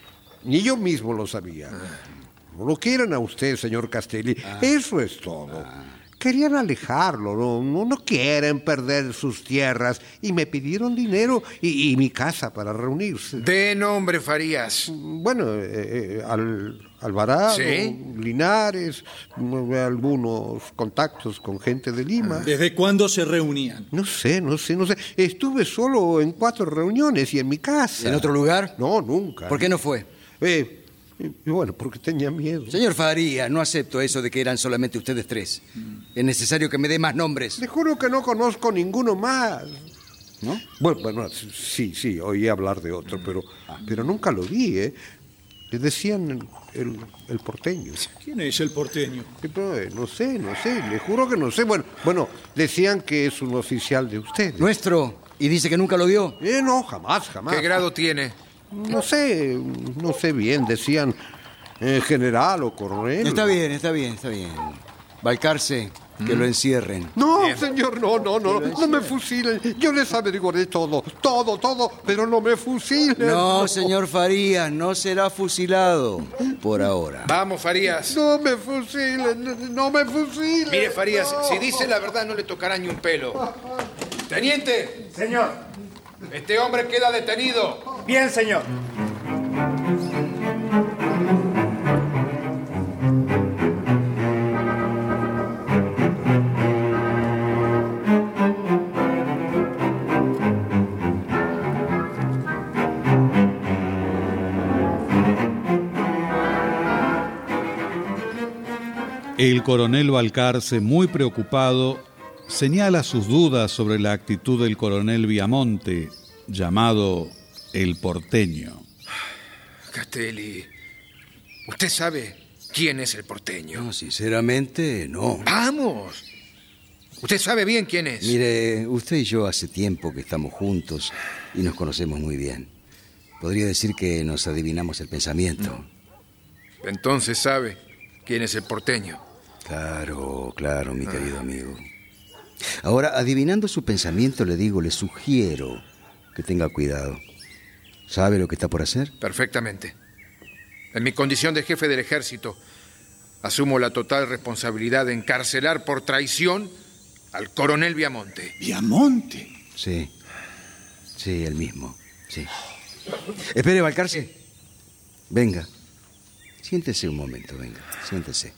Ni yo mismo lo sabía. No lo quieren a usted, señor Castelli. Eso es todo. Querían alejarlo, no, no, no quieren perder sus tierras. Y me pidieron dinero y, y mi casa para reunirse. De nombre, Farías. Bueno, eh, eh, Al- Alvarado, Sí. Linares, mm, algunos contactos con gente de Lima. ¿Desde cuándo se reunían? No sé, no sé, no sé. Estuve solo en cuatro reuniones y en mi casa. ¿En otro lugar? No, nunca. ¿Por qué no fue? Eh, y bueno, porque tenía miedo. Señor Farías, no acepto eso de que eran solamente ustedes tres. Es necesario que me dé más nombres. Le juro que no conozco ninguno más. ¿No? Bueno, bueno, sí, sí, oí hablar de otro, pero, pero nunca lo vi, ¿eh? Le decían el, el porteño. ¿Quién es el porteño? Eh, pero, eh, no sé, no sé, le juro que no sé. Bueno, bueno, decían que es un oficial de ustedes. Nuestro. Y dice que nunca lo vio. Eh, no, jamás, jamás. ¿Qué grado tiene? No sé, no sé bien, decían eh, general o coronel. Está bien, está bien, está bien. Balcarce, que lo encierren. No, señor, no, no, no, no me fusilen. Yo les averiguaré todo, todo, todo, pero no me fusilen. No, señor Farías, no será fusilado por ahora. Vamos, Farías. No me fusilen, no me fusilen. Mire, Farías, si dice la verdad no le tocará ni un pelo. Teniente, Señor. este hombre queda detenido. Bien, señor. El coronel Balcarce, muy preocupado, señala sus dudas sobre la actitud del coronel Viamonte, llamado el porteño. Castelli, ¿usted sabe quién es el porteño? No, sinceramente, no. ¡Vamos! Usted sabe bien quién es. Mire, usted y yo hace tiempo que estamos juntos y nos conocemos muy bien. Podría decir que nos adivinamos el pensamiento. Entonces sabe quién es el porteño. Claro, claro, mi querido amigo. Ahora, adivinando su pensamiento, le digo, le sugiero que tenga cuidado. ¿Sabe lo que está por hacer? Perfectamente. En mi condición de jefe del ejército, asumo la total responsabilidad de encarcelar por traición al coronel Viamonte. ¿Viamonte? Sí. Sí, el mismo. Sí. Espere, Balcarce. Venga. Siéntese un momento, venga. Siéntese.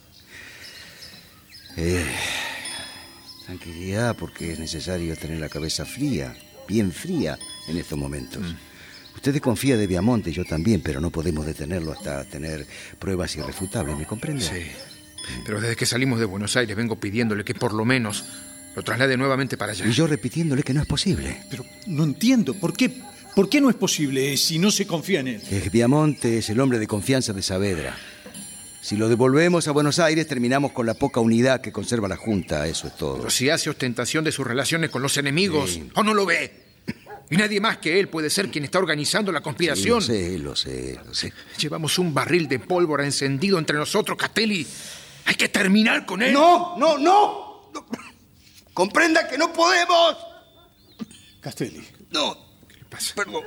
Eh, tranquilidad, porque es necesario tener la cabeza fría, bien fría en estos momentos. Mm. Usted desconfía de Viamonte, yo también, pero no podemos detenerlo hasta tener pruebas irrefutables, ¿me comprende? Sí, pero desde que salimos de Buenos Aires vengo pidiéndole que por lo menos lo traslade nuevamente para allá. Y yo repitiéndole que no es posible. Pero no entiendo, ¿por qué, por qué no es posible si no se confía en él? Eh, Viamonte es el hombre de confianza de Saavedra. Si lo devolvemos a Buenos Aires, terminamos con la poca unidad que conserva la Junta, eso es todo. Pero si hace ostentación de sus relaciones con los enemigos, sí. ¿O no lo ve? Y nadie más que él puede ser quien está organizando la conspiración. Sí, lo sé, lo sé, lo sé. Llevamos un barril de pólvora encendido entre nosotros, Castelli. Hay que terminar con él. ¡No, no, no! no. ¡Comprenda que no podemos! Castelli. No. ¿Qué le pasa? Perdón.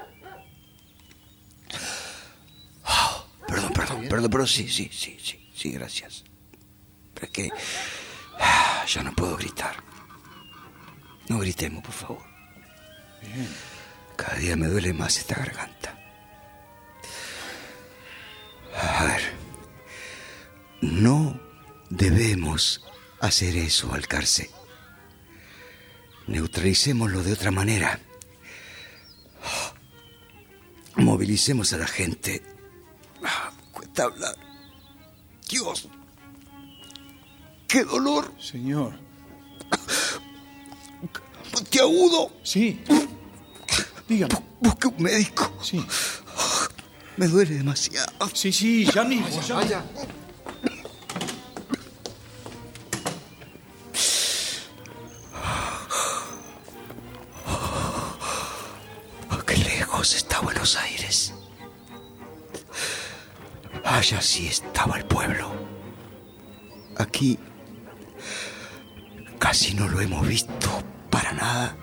Oh, perdón, perdón, perdón, pero sí, sí, sí, sí, sí, gracias. Pero es que ya no puedo gritar. No gritemos, por favor. Bien. Cada día me duele más esta garganta. A ver, no debemos hacer eso, Balcarce. Neutralicémoslo de otra manera. Movilicemos a la gente. Cuesta hablar. Dios. ¡Qué dolor! Señor. ¡Monteagudo! Sí. Dígame. Busque un médico. Sí. Me duele demasiado. Sí, sí, ya mismo. Ya. Vaya. ¡Qué lejos está Buenos Aires! Allá sí estaba el pueblo. Aquí casi no lo hemos visto para nada.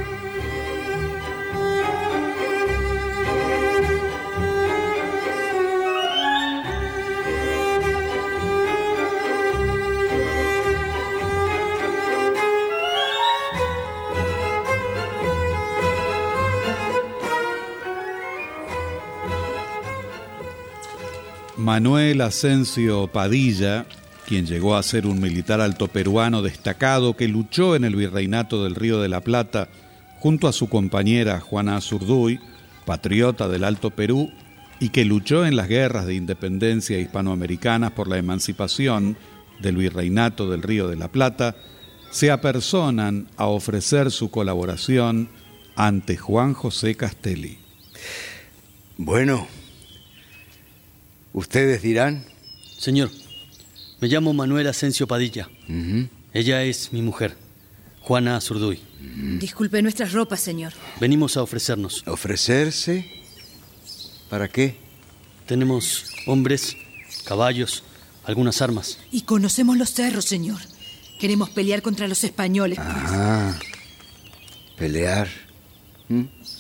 Manuel Asensio Padilla, quien llegó a ser un militar alto peruano destacado que luchó en el virreinato del Río de la Plata junto a su compañera Juana Azurduy, patriota del Alto Perú, y que luchó en las guerras de independencia hispanoamericanas por la emancipación del virreinato del Río de la Plata, se apersonan a ofrecer su colaboración ante Juan José Castelli. Bueno, ustedes dirán. Señor, me llamo Manuel Asensio Padilla. Uh-huh. Ella es mi mujer, Juana Azurduy. Uh-huh. Disculpe nuestras ropas, señor. Venimos a ofrecernos. ¿Ofrecerse? ¿Para qué? Tenemos hombres, caballos, algunas armas. Y conocemos los cerros, señor. Queremos pelear contra los españoles. Ah, pelear. ¿Mm?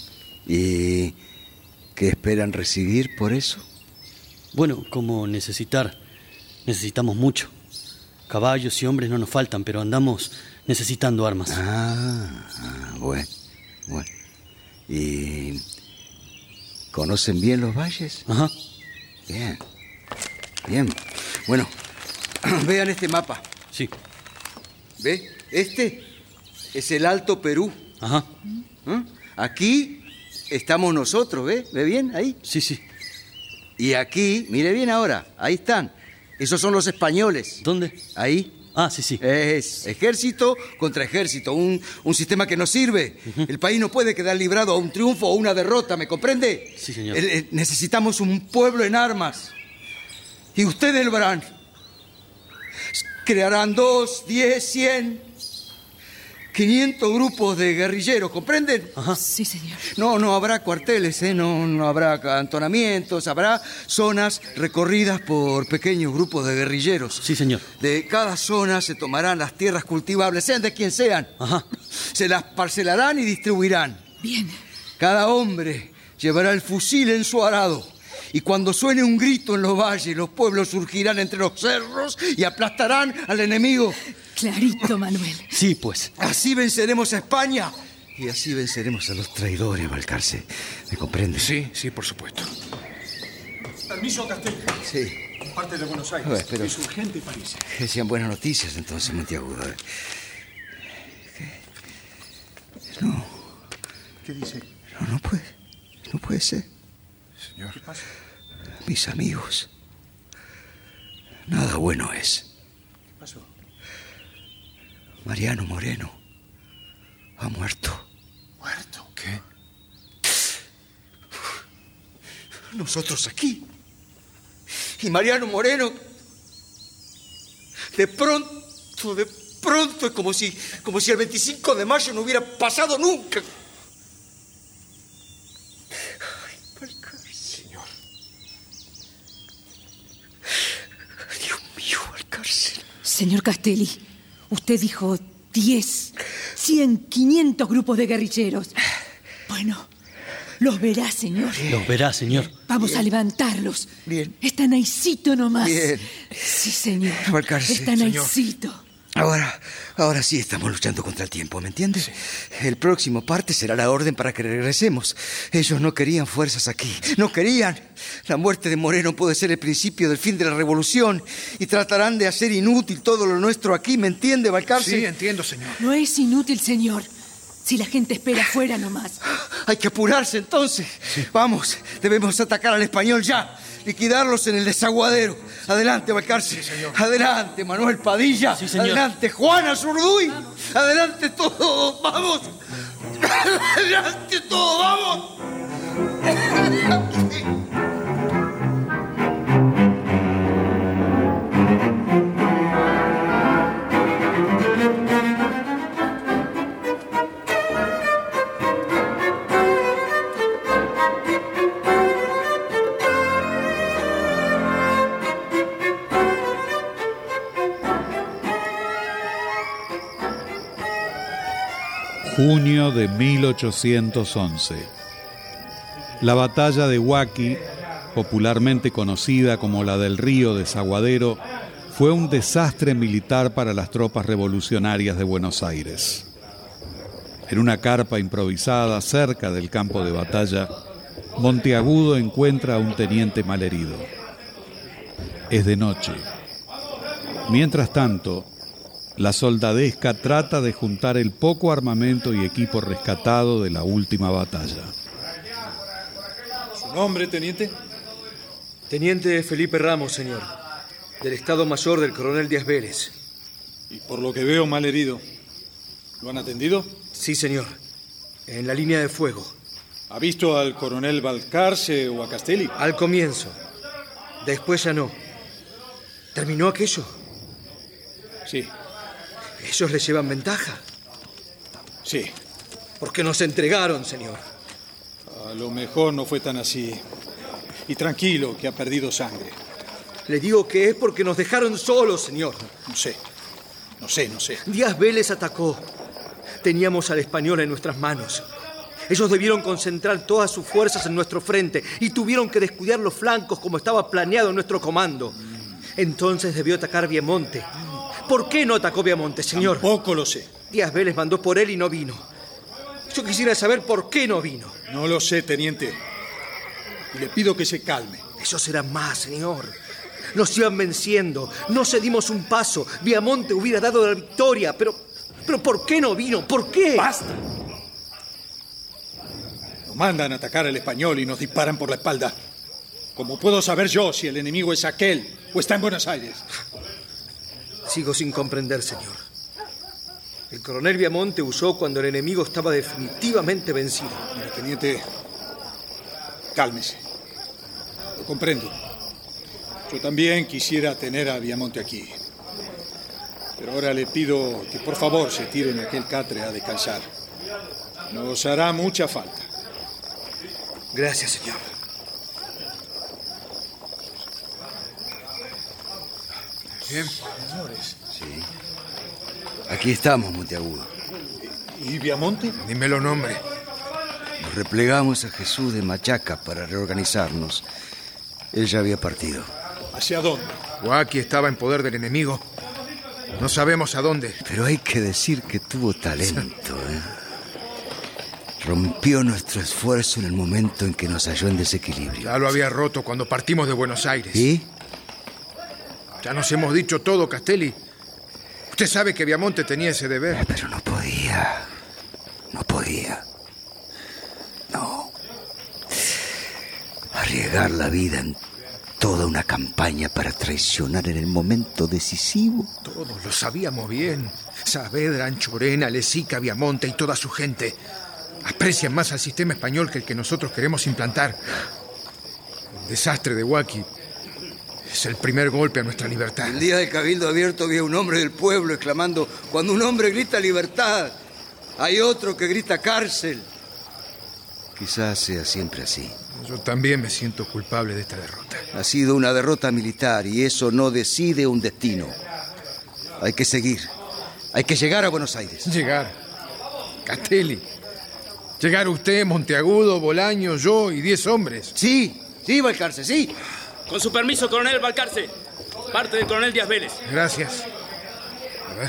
¿Y qué esperan recibir por eso? Bueno, como necesitar, necesitamos mucho. Caballos y hombres no nos faltan, pero andamos necesitando armas. Ah, ah bueno, bueno. ¿Y conocen bien los valles? Ajá. Bien, bien. Bueno, vean este mapa. Sí. ¿Ve? Este es el Alto Perú. Ajá. ¿Eh? Aquí estamos nosotros, ¿ve? ¿Ve bien ahí? Sí, sí. Y aquí, mire bien ahora, ahí están. Esos son los españoles. ¿Dónde? Ahí. Ah, sí, sí. Es ejército contra ejército, un, un sistema que no sirve. Uh-huh. El país no puede quedar librado a un triunfo o una derrota, ¿me comprende? Sí, señor. El, el, necesitamos un pueblo en armas. Y ustedes lo verán. Crearán dos, diez, cien, quinientos grupos de guerrilleros, ¿comprenden? Ajá. Sí, señor. No, no habrá cuarteles, ¿eh? no, no habrá acantonamientos, habrá zonas recorridas por pequeños grupos de guerrilleros. Sí, señor. De cada zona se tomarán las tierras cultivables, sean de quien sean. Ajá. Se las parcelarán y distribuirán. Bien. Cada hombre llevará el fusil en su arado. Y cuando suene un grito en los valles, los pueblos surgirán entre los cerros y aplastarán al enemigo. Clarito, Manuel. Sí, pues. Así venceremos a España. Y así venceremos a los traidores, Balcarce. ¿Me comprende? Sí, sí, por supuesto. Permiso, Castelli. Sí. Parte de Buenos Aires. Ver, pero... Es urgente, parece. Decían buenas noticias entonces, Monteagudo. ¿Qué? No. ¿Qué dice? No, no puede. No puede ser. Señor. ¿Qué pasa? Mis amigos. Nada bueno es. ¿Qué pasó? Mariano Moreno ha muerto. ¿Muerto? ¿Qué? Nosotros aquí. Y Mariano Moreno, de pronto, de pronto, es como si, como si el veinticinco de mayo no hubiera pasado nunca. Señor. Dios mío, Balcarce. Señor Castelli, usted dijo diez, cien, quinientos grupos de guerrilleros. Bueno, los verá, señor. Los verá, señor. Vamos Bien. a levantarlos. Bien. Están ahícito nomás. Bien. Sí, señor. Balcarce, Están señor. ahícito. Ahora, ahora sí estamos luchando contra el tiempo, ¿me entiendes? Sí. El próximo parte será la orden para que regresemos. Ellos no querían fuerzas aquí, no querían. La muerte de Moreno puede ser el principio del fin de la revolución y tratarán de hacer inútil todo lo nuestro aquí, ¿me entiende, Balcarce? Sí, entiendo, señor. No es inútil, señor. Si la gente espera afuera nomás. Hay que apurarse entonces. Sí. Vamos, debemos atacar al español ya. Liquidarlos en el desaguadero. Adelante, Balcarce. Sí, señor. Adelante, Manuel Padilla. Sí, señor. Adelante, Juana Zurduy. Adelante todos, vamos. Adelante todos, vamos. Junio de mil ochocientos once. La batalla de Huaqui, popularmente conocida como la del Río Desaguadero, fue un desastre militar para las tropas revolucionarias de Buenos Aires. En una carpa improvisada cerca del campo de batalla, Monteagudo encuentra a un teniente malherido. Es de noche. Mientras tanto, la soldadesca trata de juntar el poco armamento y equipo rescatado de la última batalla. ¿Su nombre, teniente? Teniente Felipe Ramos, señor, del Estado Mayor del coronel Díaz Vélez. Y por lo que veo, mal herido. ¿Lo han atendido? Sí, señor, en la línea de fuego. ¿Ha visto al coronel Balcarce o a Castelli? Al comienzo. Después ya no. ¿Terminó aquello? Sí. ¿Ellos le llevan ventaja? Sí. ¿Por qué no se entregaron, señor? A lo mejor no fue tan así. Y tranquilo, que ha perdido sangre. Le digo que es porque nos dejaron solos, señor. No sé. No sé, no sé. Díaz Vélez atacó. Teníamos al español en nuestras manos. Ellos debieron concentrar todas sus fuerzas en nuestro frente y tuvieron que descuidar los flancos como estaba planeado en nuestro comando. Entonces debió atacar Viamonte. ¿Por qué no atacó Viamonte, señor? Tampoco lo sé. Díaz Vélez mandó por él y no vino. Yo quisiera saber por qué no vino. No lo sé, teniente. Y le pido que se calme. Eso será más, señor. Nos iban venciendo. No cedimos un paso. Viamonte hubiera dado la victoria, pero... ¿Pero por qué no vino? ¿Por qué? ¡Basta! Nos mandan a atacar al español y nos disparan por la espalda. ¿Cómo puedo saber yo si el enemigo es aquel o está en Buenos Aires? Sigo sin comprender, señor. El coronel Viamonte huyó cuando el enemigo estaba definitivamente vencido. Mira, teniente, cálmese. Lo comprendo. Yo también quisiera tener a Viamonte aquí. Pero ahora le pido que por favor se tire en aquel catre a descansar. Nos hará mucha falta. Gracias, señor. Bien. Señores. Sí. Aquí estamos, Monteagudo. ¿Y Viamonte? Dímelo nombre. Nos replegamos a Jesús de Machaca para reorganizarnos. Él ya había partido. ¿Hacia dónde? Huaqui estaba en poder del enemigo. No sabemos a dónde. Pero hay que decir que tuvo talento, ¿eh? Rompió nuestro esfuerzo en el momento en que nos halló en desequilibrio. Ya lo había roto cuando partimos de Buenos Aires. ¿Y? Ya nos hemos dicho todo, Castelli. Usted sabe que Viamonte tenía ese deber. Pero no podía. No podía. No. Arriesgar la vida en toda una campaña para traicionar en el momento decisivo. Todos lo sabíamos bien. Saavedra, Anchorena, Lezica, Viamonte y toda su gente aprecian más al sistema español que el que nosotros queremos implantar. El desastre de Huaqui es el primer golpe a nuestra libertad. El día del Cabildo Abierto había un hombre del pueblo exclamando: cuando un hombre grita libertad, hay otro que grita cárcel. Quizás sea siempre así. Yo también me siento culpable de esta derrota. Ha sido una derrota militar y eso no decide un destino. Hay que seguir. Hay que llegar a Buenos Aires. Llegar. Castelli. Llegar usted, Monteagudo, Bolaño, yo y diez hombres. Sí, sí, Balcarce, sí. Con su permiso, coronel Balcarce. Parte del coronel Díaz Vélez. Gracias. A ver.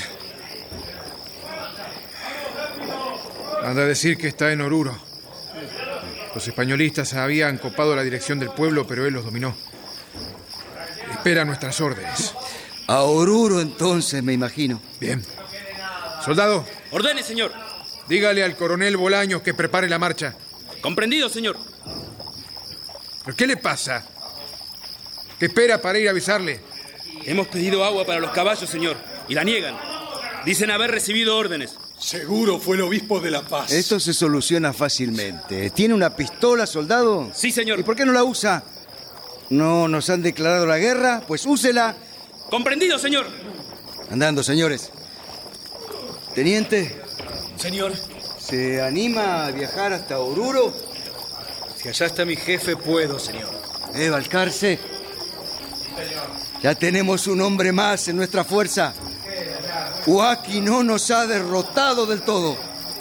Anda a decir que está en Oruro. Los españolistas habían copado la dirección del pueblo, pero él los dominó. Espera nuestras órdenes. A Oruro, entonces, me imagino. Bien. Soldado. Ordene, señor. Dígale al coronel Bolaños que prepare la marcha. Comprendido, señor. ¿Pero qué le pasa? ¿Qué espera para ir a avisarle? Hemos pedido agua para los caballos, señor, y la niegan. Dicen haber recibido órdenes. Seguro fue el obispo de La Paz. Esto se soluciona fácilmente. ¿Tiene una pistola, soldado? Sí, señor. ¿Y por qué no la usa? ¿No nos han declarado la guerra? Pues úsela. Comprendido, señor. Andando, señores. Teniente. Señor. ¿Se anima a viajar hasta Oruro? Si allá está mi jefe, puedo, señor. Eh, Balcarce. Ya tenemos un hombre más en nuestra fuerza. Huaki no nos ha derrotado del todo.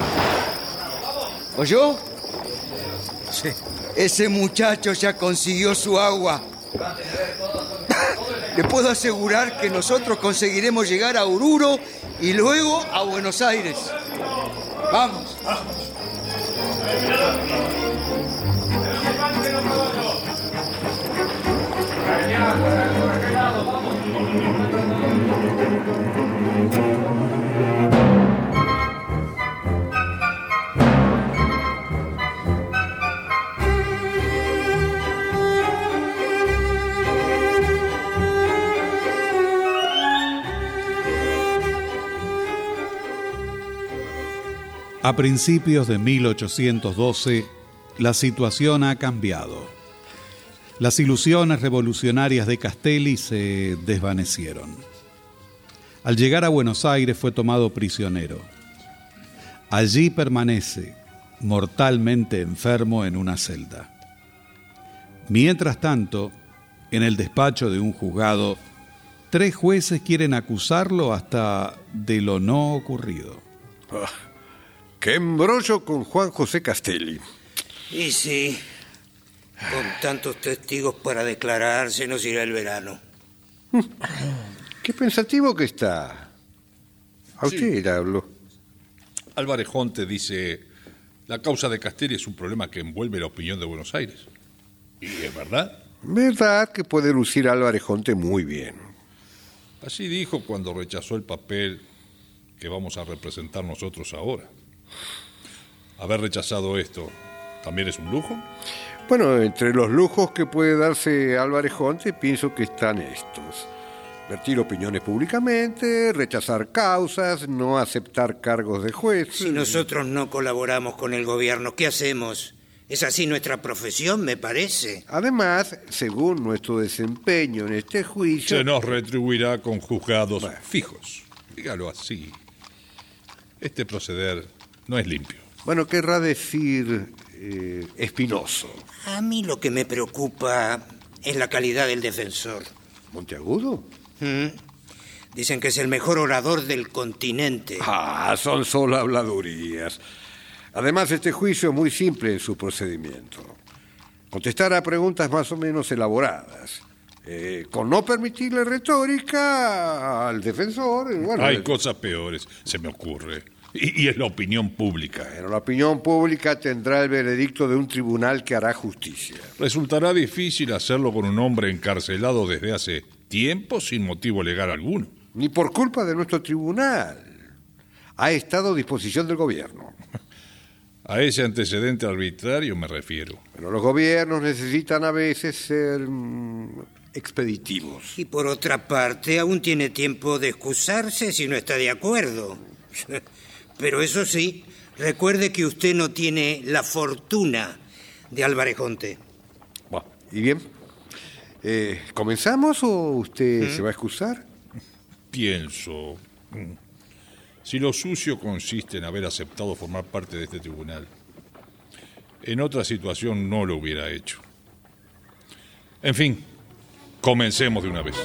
¿Oyó? Sí. Ese muchacho ya consiguió su agua. Le puedo asegurar que nosotros conseguiremos llegar a Oruro y luego a Buenos Aires. Vamos. A principios de mil ochocientos doce, la situación ha cambiado. Las ilusiones revolucionarias de Castelli se desvanecieron. Al llegar a Buenos Aires fue tomado prisionero. Allí permanece, mortalmente enfermo en una celda. Mientras tanto, en el despacho de un juzgado, tres jueces quieren acusarlo hasta de lo no ocurrido. Oh, ¡qué embrollo con Juan José Castelli! Y sí, con tantos testigos para declarar, se nos irá el verano. ¡Qué pensativo que está! A usted le hablo. Álvarez Jonte dice: la causa de Castelli es un problema que envuelve la opinión de Buenos Aires. ¿Y es verdad? Verdad que puede lucir Álvarez Jonte muy bien. Así dijo cuando rechazó el papel que vamos a representar nosotros ahora. Haber rechazado esto, ¿también es un lujo? Bueno, entre los lujos que puede darse Álvarez Jonte, pienso que están estos: vertir opiniones públicamente, rechazar causas, no aceptar cargos de juez. Si nosotros no colaboramos con el gobierno, ¿qué hacemos? Es así nuestra profesión, me parece. Además, según nuestro desempeño en este juicio... Se nos retribuirá con juzgados bueno. fijos. Dígalo así. Este proceder no es limpio. Bueno, querrá decir eh, espinoso. A mí lo que me preocupa es la calidad del defensor. ¿Monteagudo? ¿Mm? Dicen que es el mejor orador del continente. Ah, son solo habladurías. Además, este juicio es muy simple en su procedimiento. Contestar a preguntas más o menos elaboradas, eh, con no permitirle retórica al defensor. Bueno, hay el... cosas peores, se me ocurre. Y, y es la opinión pública. Pero la opinión pública tendrá el veredicto de un tribunal que hará justicia. Resultará difícil hacerlo con un hombre encarcelado desde hace tiempo sin motivo legal alguno. Ni por culpa de nuestro tribunal. Ha estado a disposición del gobierno. A ese antecedente arbitrario me refiero. Pero los gobiernos necesitan a veces ser mm, expeditivos. Y por otra parte, aún tiene tiempo de excusarse si no está de acuerdo. Pero eso sí, recuerde que usted no tiene la fortuna de Álvarez Jonte. Bueno, ¿y bien? Eh, ¿Comenzamos o usted ¿Mm? se va a excusar? Pienso... Si lo sucio consiste en haber aceptado formar parte de este tribunal, en otra situación no lo hubiera hecho. En fin, comencemos de una vez.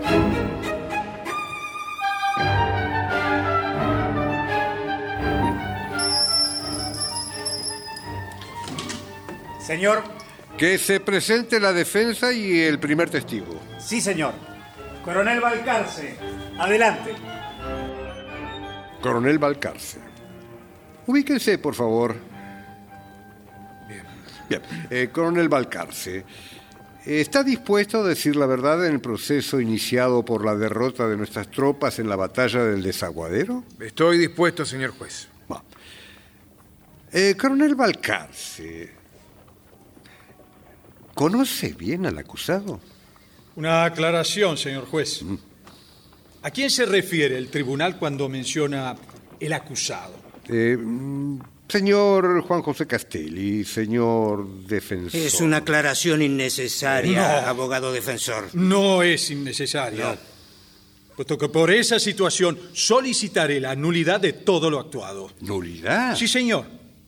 Señor. Que se presente la defensa y el primer testigo. Sí, señor. Coronel Balcarce, adelante. Coronel Balcarce. Ubíquense, por favor. Bien. Bien. Eh, Coronel Balcarce, ¿está dispuesto a decir la verdad en el proceso iniciado por la derrota de nuestras tropas en la batalla del Desaguadero? Estoy dispuesto, señor juez. Bueno. Eh, Coronel Balcarce, ¿conoce bien al acusado? Una aclaración, señor juez. Mm. ¿A quién se refiere el tribunal cuando menciona el acusado? Eh, señor Juan José Castelli, señor defensor. Es una aclaración innecesaria, no, abogado defensor. No es innecesaria. No. Puesto que por esa situación solicitaré la nulidad de todo lo actuado. ¿Nulidad? Sí, señor.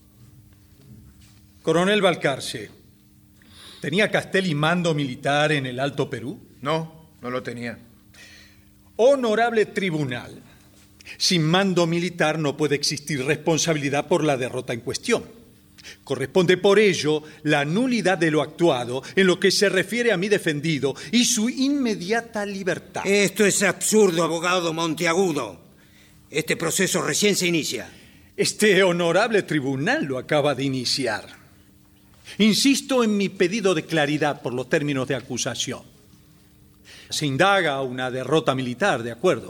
Coronel Balcarce, ¿tenía Castelli mando militar en el Alto Perú? No, no lo tenía. Honorable tribunal, sin mando militar no puede existir responsabilidad por la derrota en cuestión. Corresponde por ello la nulidad de lo actuado en lo que se refiere a mi defendido y su inmediata libertad. Esto es absurdo, abogado Monteagudo. Este proceso recién se inicia. Este honorable tribunal lo acaba de iniciar. Insisto en mi pedido de claridad por los términos de acusación. Se indaga una derrota militar, de acuerdo.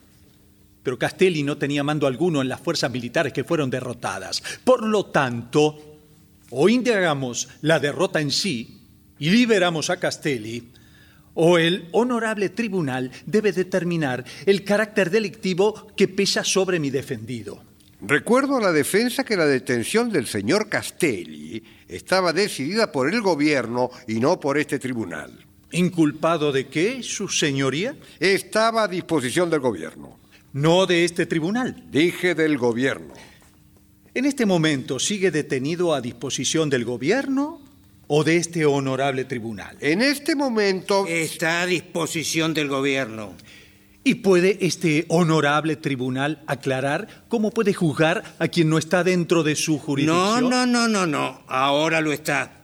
Pero Castelli no tenía mando alguno en las fuerzas militares que fueron derrotadas. Por lo tanto, o indagamos la derrota en sí y liberamos a Castelli, o el honorable tribunal debe determinar el carácter delictivo que pesa sobre mi defendido. Recuerdo a la defensa que la detención del señor Castelli estaba decidida por el gobierno y no por este tribunal. ¿Inculpado de qué, su señoría? Estaba a disposición del gobierno. ¿No de este tribunal? Dije del gobierno. ¿En este momento sigue detenido a disposición del gobierno o de este honorable tribunal? En este momento... Está a disposición del gobierno. ¿Y puede este honorable tribunal aclarar cómo puede juzgar a quien no está dentro de su jurisdicción? No, no, no, no, no. Ahora lo está.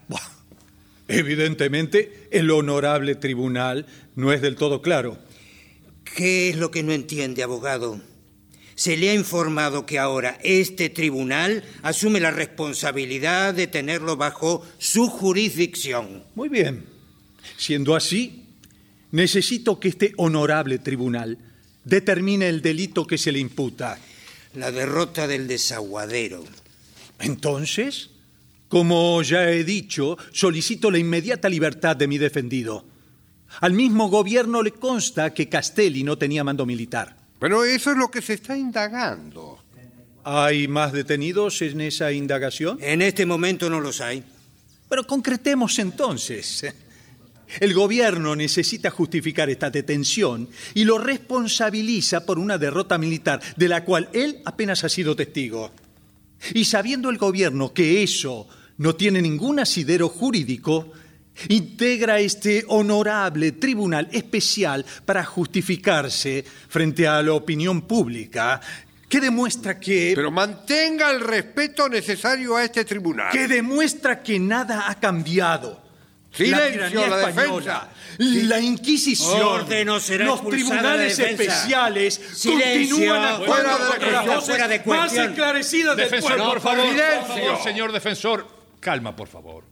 Evidentemente, el honorable tribunal no es del todo claro. ¿Qué es lo que no entiende, abogado? Se le ha informado que ahora este tribunal asume la responsabilidad de tenerlo bajo su jurisdicción. Muy bien. Siendo así, necesito que este honorable tribunal determine el delito que se le imputa. La derrota del Desaguadero. Entonces, como ya he dicho, solicito la inmediata libertad de mi defendido. Al mismo gobierno le consta que Castelli no tenía mando militar. Pero eso es lo que se está indagando. ¿Hay más detenidos en esa indagación? En este momento no los hay. Pero concretemos entonces. El gobierno necesita justificar esta detención y lo responsabiliza por una derrota militar de la cual él apenas ha sido testigo. Y sabiendo el gobierno que eso no tiene ningún asidero jurídico, integra este honorable tribunal especial para justificarse frente a la opinión pública, que demuestra que... Pero mantenga el respeto necesario a este tribunal. Que demuestra que nada ha cambiado. Silencio, la, la defensa. La Inquisición, Ordeno será los tribunales la especiales Silencio. Continúan actuando Fuera de contra las voces fuera de más esclarecidas del Defensor, pueblo. por favor, Silencio. por favor, señor defensor, calma, por favor.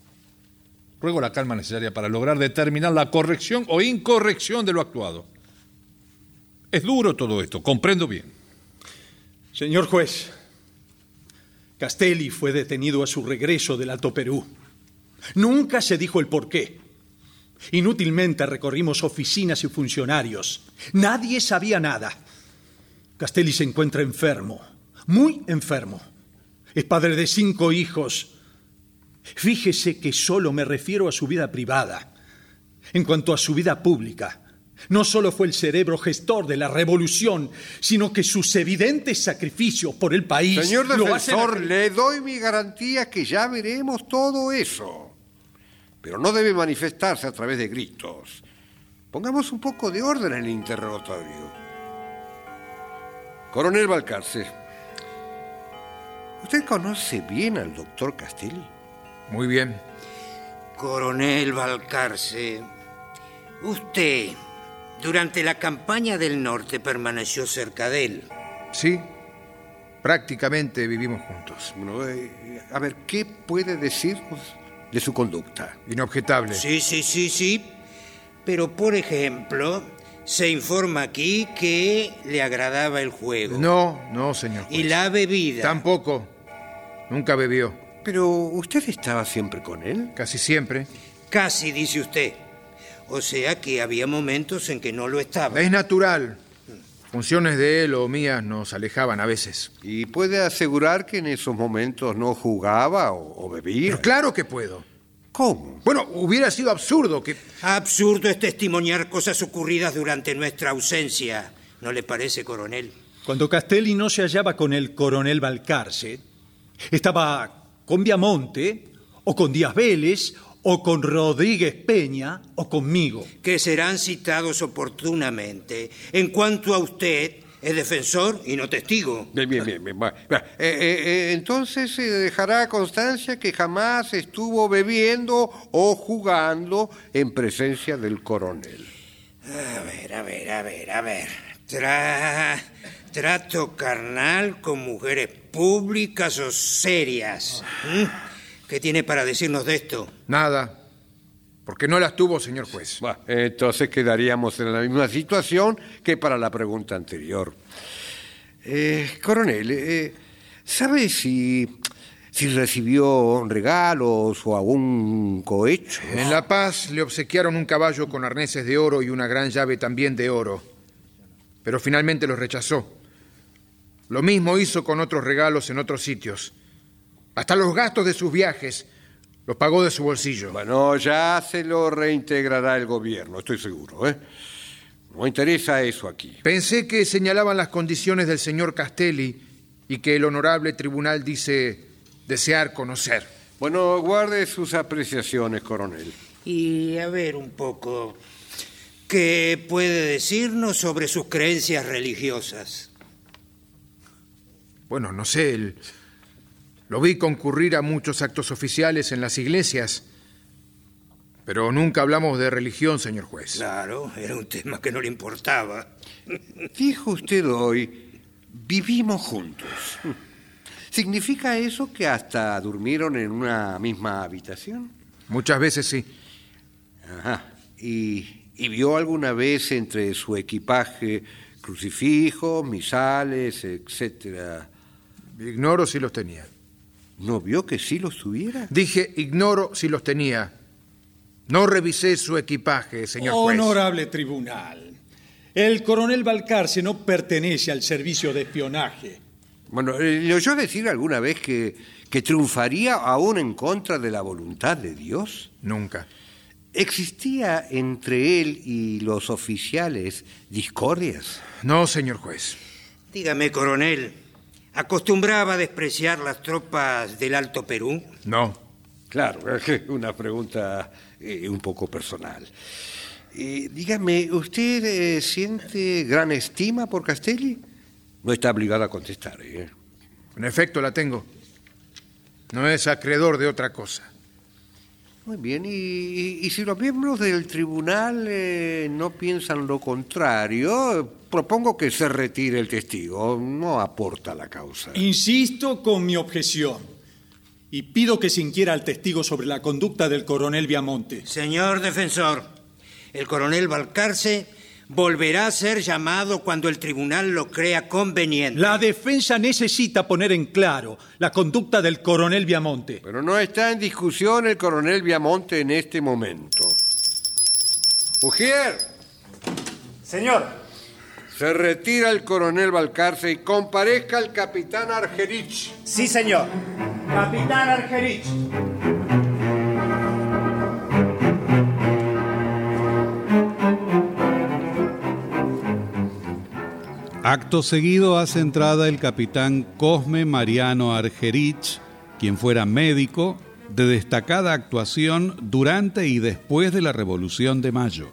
Ruego la calma necesaria para lograr determinar la corrección o incorrección de lo actuado. Es duro todo esto, comprendo bien. Señor juez, Castelli fue detenido a su regreso del Alto Perú. Nunca se dijo el porqué. Inútilmente recorrimos oficinas y funcionarios. Nadie sabía nada. Castelli se encuentra enfermo, muy enfermo. Es padre de cinco hijos. Fíjese que solo me refiero a su vida privada. En cuanto a su vida pública, no solo fue el cerebro gestor de la revolución, sino que sus evidentes sacrificios por el país... Señor defensor, hacen... le doy mi garantía que ya veremos todo eso. Pero no debe manifestarse a través de gritos. Pongamos un poco de orden en el interrogatorio. Coronel Balcarce, ¿usted conoce bien al doctor Castelli? Muy bien. Coronel Balcarce, usted, durante la campaña del norte, permaneció cerca de él. Sí, Prácticamente vivimos juntos. Bueno, eh, a ver, ¿qué puede decirnos de su conducta? Inobjetable. Sí, sí, sí, sí. Pero, por ejemplo, se informa aquí que le agradaba el juego. No, no, señor juez. ¿Y la bebida? Tampoco. Nunca bebió. Pero, ¿usted estaba siempre con él? Casi siempre. Casi, dice usted. O sea que había momentos en que no lo estaba. Es natural. Funciones de él o mías nos alejaban a veces. ¿Y puede asegurar que en esos momentos no jugaba o, o bebía? Pero claro que puedo. ¿Cómo? Bueno, hubiera sido absurdo que... Absurdo es testimoniar cosas ocurridas durante nuestra ausencia. ¿No le parece, coronel? Cuando Castelli no se hallaba con el coronel Balcarce, estaba con Viamonte, o con Díaz Vélez, o con Rodríguez Peña, o conmigo. Que serán citados oportunamente. En cuanto a usted, es defensor y no testigo. Bien, bien, bien. bien. Bueno, eh, eh, eh, entonces se dejará constancia que jamás estuvo bebiendo o jugando en presencia del coronel. A ver, a ver, a ver, a ver. Tra... Trato carnal con mujeres públicas o serias. ¿Mm? ¿Qué tiene para decirnos de esto? Nada, porque no las tuvo, señor juez. Bueno, entonces quedaríamos en la misma situación que para la pregunta anterior. Eh, coronel, eh, ¿sabe si, si recibió regalos o algún cohecho? En La Paz le obsequiaron un caballo con arneses de oro y una gran llave también de oro, pero finalmente los rechazó. Lo mismo hizo con otros regalos en otros sitios. Hasta los gastos de sus viajes los pagó de su bolsillo. Bueno, ya se lo reintegrará el gobierno, estoy seguro, ¿eh? No interesa eso aquí. Pensé que señalaban las condiciones del señor Castelli y que el honorable tribunal dice desear conocer. Bueno, guarde sus apreciaciones, coronel. Y a ver un poco, ¿qué puede decirnos sobre sus creencias religiosas? Bueno, no sé, el... lo vi concurrir a muchos actos oficiales en las iglesias, pero nunca hablamos de religión, señor juez. Claro, era un tema que no le importaba. Dijo usted hoy, vivimos juntos. ¿Significa eso que hasta durmieron en una misma habitación? Muchas veces sí. Ajá. ¿Y, y vio alguna vez entre su equipaje crucifijos, misales, etcétera? Ignoro si los tenía. ¿No vio que sí los tuviera? Dije, ignoro si los tenía. No revisé su equipaje, señor juez. Honorable tribunal, el coronel Balcarce no pertenece al servicio de espionaje. Bueno, ¿le oyó decir alguna vez que, que triunfaría aún en contra de la voluntad de Dios? Nunca. ¿Existía entre él y los oficiales discordias? No, señor juez. Dígame, coronel, ¿acostumbraba a despreciar las tropas del Alto Perú? No. Claro, es una pregunta eh, un poco personal. Eh, dígame, ¿usted eh, siente gran estima por Castelli? No está obligado a contestar, ¿eh? En efecto, la tengo. No es acreedor de otra cosa. Muy bien, y, y, y si los miembros del tribunal eh, no piensan lo contrario, propongo que se retire el testigo. No aporta a la causa. Insisto con mi objeción y pido que se inquiera al testigo sobre la conducta del coronel Viamonte. Señor defensor, el coronel Balcarce volverá a ser llamado cuando el tribunal lo crea conveniente. La defensa necesita poner en claro la conducta del coronel Viamonte. Pero no está en discusión el coronel Viamonte en este momento. Ujier. Señor. Se retira el coronel Balcarce y comparezca el capitán Argerich. Sí, señor. Capitán Argerich. Acto seguido hace entrada el capitán Cosme Mariano Argerich, quien fuera médico de destacada actuación durante y después de la Revolución de Mayo.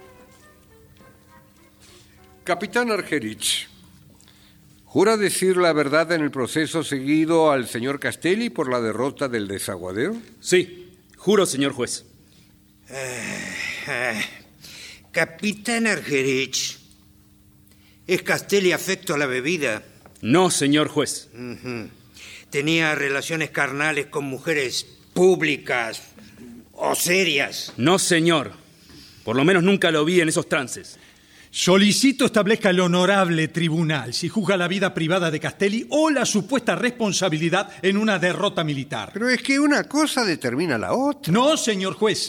Capitán Argerich, ¿jura decir la verdad en el proceso seguido al señor Castelli por la derrota del desaguadero? Sí, juro, señor juez. Eh, eh, capitán Argerich, ¿es Castelli afecto a la bebida? No, señor juez. Uh-huh. ¿Tenía relaciones carnales con mujeres públicas o serias? No, señor. Por lo menos nunca lo vi en esos trances. Solicito establezca el honorable tribunal si juzga la vida privada de Castelli o la supuesta responsabilidad en una derrota militar. Pero es que una cosa determina la otra. No, señor juez.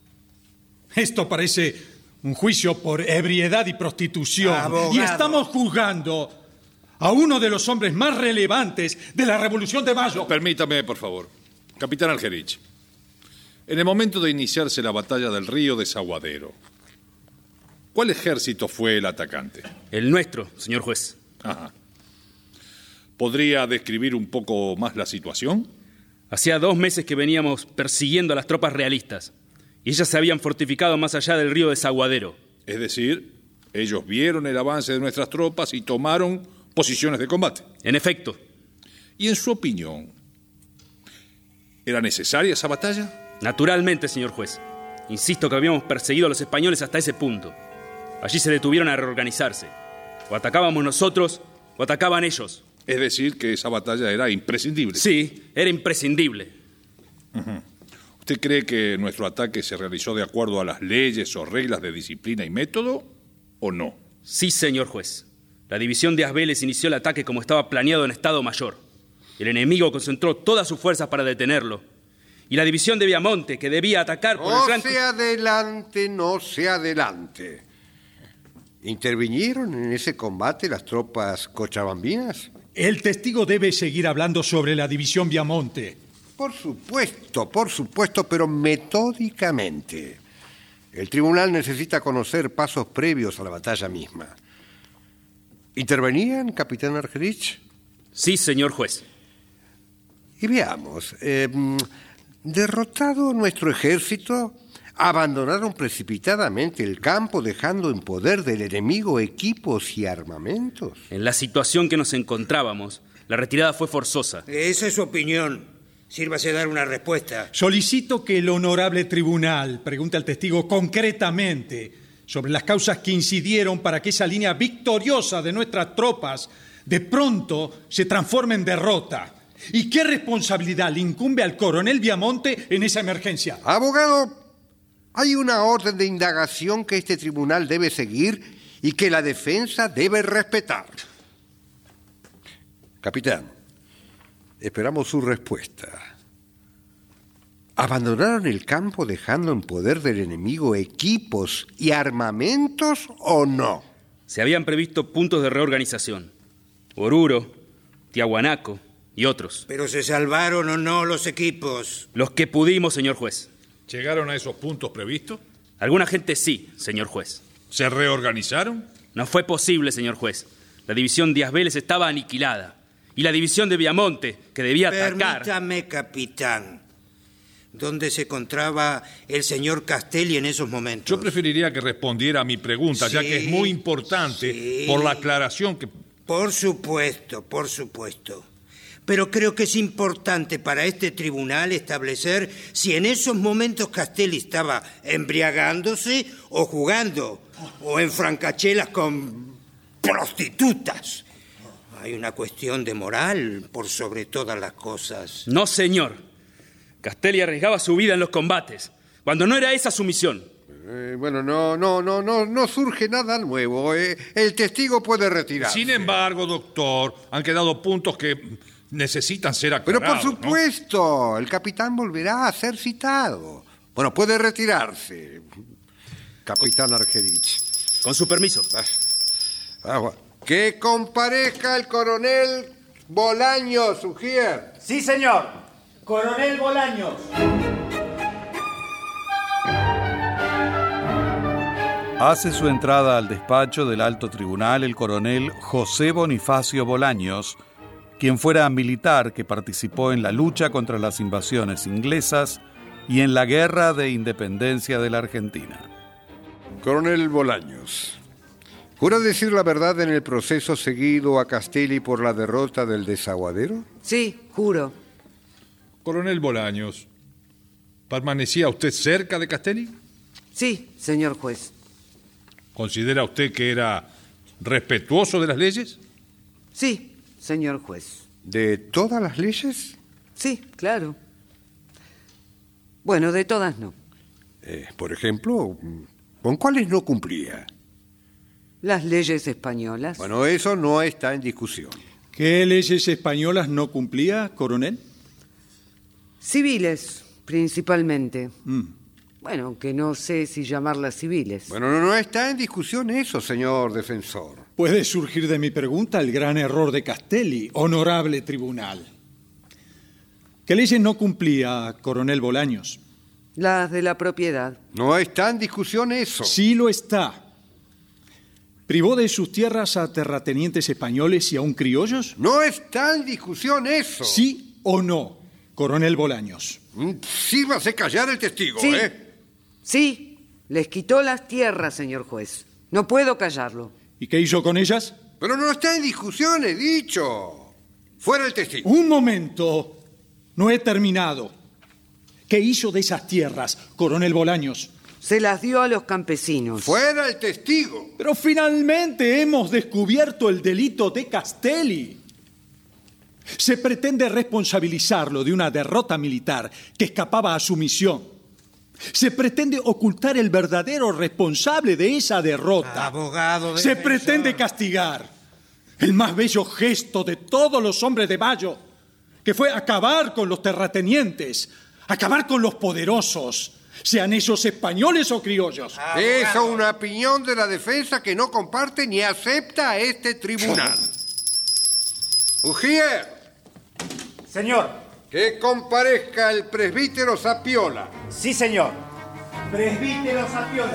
Esto parece un juicio por ebriedad y prostitución. Abogado. Y estamos juzgando a uno de los hombres más relevantes de la Revolución de Mayo. Permítame, por favor. Capitán Argerich, en el momento de iniciarse la batalla del río Desaguadero, ¿cuál ejército fue el atacante? El nuestro, señor juez. Ajá. ¿Podría describir un poco más la situación? Hacía dos meses que veníamos persiguiendo a las tropas realistas y ellas se habían fortificado más allá del río Desaguadero. Es decir, ellos vieron el avance de nuestras tropas y tomaron posiciones de combate. En efecto. ¿Y en su opinión, era necesaria esa batalla? Naturalmente, señor juez. Insisto que habíamos perseguido a los españoles hasta ese punto. Allí se detuvieron a reorganizarse. O atacábamos nosotros, o atacaban ellos. Es decir, que esa batalla era imprescindible. Sí, era imprescindible. Uh-huh. ¿Usted cree que nuestro ataque se realizó de acuerdo a las leyes o reglas de disciplina y método, o no? Sí, señor juez. La división de Asbeles inició el ataque como estaba planeado en Estado Mayor. El enemigo concentró todas sus fuerzas para detenerlo. Y la división de Viamonte, que debía atacar por no el flanco... No se adelante, no se adelante. ¿Intervinieron en ese combate las tropas cochabambinas? El testigo debe seguir hablando sobre la división Viamonte. Por supuesto, por supuesto, pero metódicamente. El tribunal necesita conocer pasos previos a la batalla misma. ¿Intervenían, capitán Argerich? Sí, señor juez. Y veamos, eh, derrotado nuestro ejército, abandonaron precipitadamente el campo, dejando en poder del enemigo equipos y armamentos. En la situación que nos encontrábamos, la retirada fue forzosa. Esa es su opinión. Sírvase dar una respuesta. Solicito que el honorable tribunal pregunte al testigo concretamente sobre las causas que incidieron para que esa línea victoriosa de nuestras tropas de pronto se transforme en derrota. ¿Y qué responsabilidad le incumbe al coronel Viamonte en esa emergencia? Abogado, hay una orden de indagación que este tribunal debe seguir y que la defensa debe respetar. Capitán, esperamos su respuesta. ¿Abandonaron el campo dejando en poder del enemigo equipos y armamentos o no? Se habían previsto puntos de reorganización. Oruro, Tiahuanaco y otros. ¿Pero se salvaron o no los equipos? Los que pudimos, señor juez. ¿Llegaron a esos puntos previstos? Alguna gente sí, señor juez. ¿Se reorganizaron? No fue posible, señor juez. La división de Asbeles estaba aniquilada. Y la división de Viamonte, que debía atacar... Permítame, capitán. ¿Dónde se encontraba el señor Castelli en esos momentos? Yo preferiría que respondiera a mi pregunta, sí, ya que es muy importante sí. por la aclaración que... Por supuesto, por supuesto. Pero creo que es importante para este tribunal establecer si en esos momentos Castelli estaba embriagándose o jugando, o en francachelas con prostitutas. Hay una cuestión de moral por sobre todas las cosas. No, señor. Castelli arriesgaba su vida en los combates, cuando no era esa su misión. Eh, bueno, no, no, no, no, no surge nada nuevo. Eh. El testigo puede retirarse. Sin embargo, doctor, han quedado puntos que necesitan ser aclarados. Pero por supuesto, ¿no? El capitán volverá a ser citado. Bueno, puede retirarse, capitán Argerich. Con su permiso. Ah, bueno. Que comparezca el coronel Bolaños, Ujier. Sí, señor. Coronel Bolaños. Hace su entrada al despacho del alto tribunal el coronel José Bonifacio Bolaños, quien fuera militar que participó en la lucha contra las invasiones inglesas y en la guerra de independencia de la Argentina. Coronel Bolaños, ¿jura decir la verdad en el proceso seguido a Castelli por la derrota del Desaguadero? Sí, juro. Coronel Bolaños, ¿permanecía usted cerca de Castelli? Sí, señor juez. ¿Considera usted que era respetuoso de las leyes? Sí, señor juez. ¿De todas las leyes? Sí, claro. Bueno, de todas no. Eh, por ejemplo, ¿con cuáles no cumplía? Las leyes españolas. Bueno, eso no está en discusión. ¿Qué leyes españolas no cumplía, coronel? Civiles, principalmente. Mm. Bueno, aunque no sé si llamarlas civiles. Bueno, no, no está en discusión eso, señor defensor. Puede surgir de mi pregunta el gran error de Castelli, honorable tribunal. ¿Qué leyes no cumplía, coronel Bolaños? Las de la propiedad. No está en discusión eso. Sí lo está. ¿Privó de sus tierras a terratenientes españoles y aún criollos? No está en discusión eso. ¿Sí o no, coronel Bolaños? Sírvase callar el testigo, sí. ¿eh? Sí, les quitó las tierras, señor juez. No puedo callarlo. ¿Y qué hizo con ellas? Pero no está en discusión, he dicho. Fuera el testigo. Un momento. No he terminado. ¿Qué hizo de esas tierras, coronel Bolaños? Se las dio a los campesinos. Fuera el testigo. Pero finalmente hemos descubierto el delito de Castelli. Se pretende responsabilizarlo de una derrota militar que escapaba a su misión. Se pretende ocultar el verdadero responsable de esa derrota. Abogado Se defensor. pretende castigar el más bello gesto de todos los hombres de Mayo, que fue acabar con los terratenientes, acabar con los poderosos, sean ellos españoles o criollos. Esa es una opinión de la defensa que no comparte ni acepta este tribunal. Ujier. Señor. Que comparezca el presbítero Sapiola. Sí, señor. Presbítero Sapiola.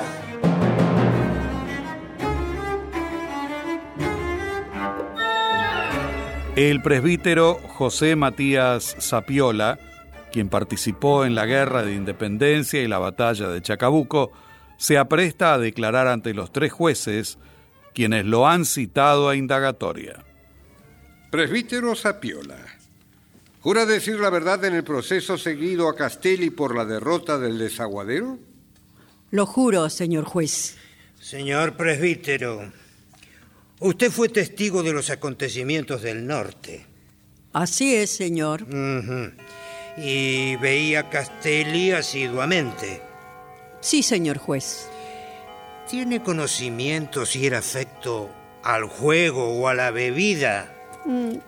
El presbítero José Matías Sapiola, quien participó en la Guerra de Independencia y la Batalla de Chacabuco, se apresta a declarar ante los tres jueces, quienes lo han citado a indagatoria. Presbítero Sapiola, ¿jura decir la verdad en el proceso seguido a Castelli por la derrota del desaguadero? Lo juro, señor juez. Señor presbítero, usted fue testigo de los acontecimientos del norte. Así es, señor. Uh-huh. Y veía a Castelli asiduamente. Sí, señor juez. ¿Tiene conocimiento si era afecto al juego o a la bebida? Mm.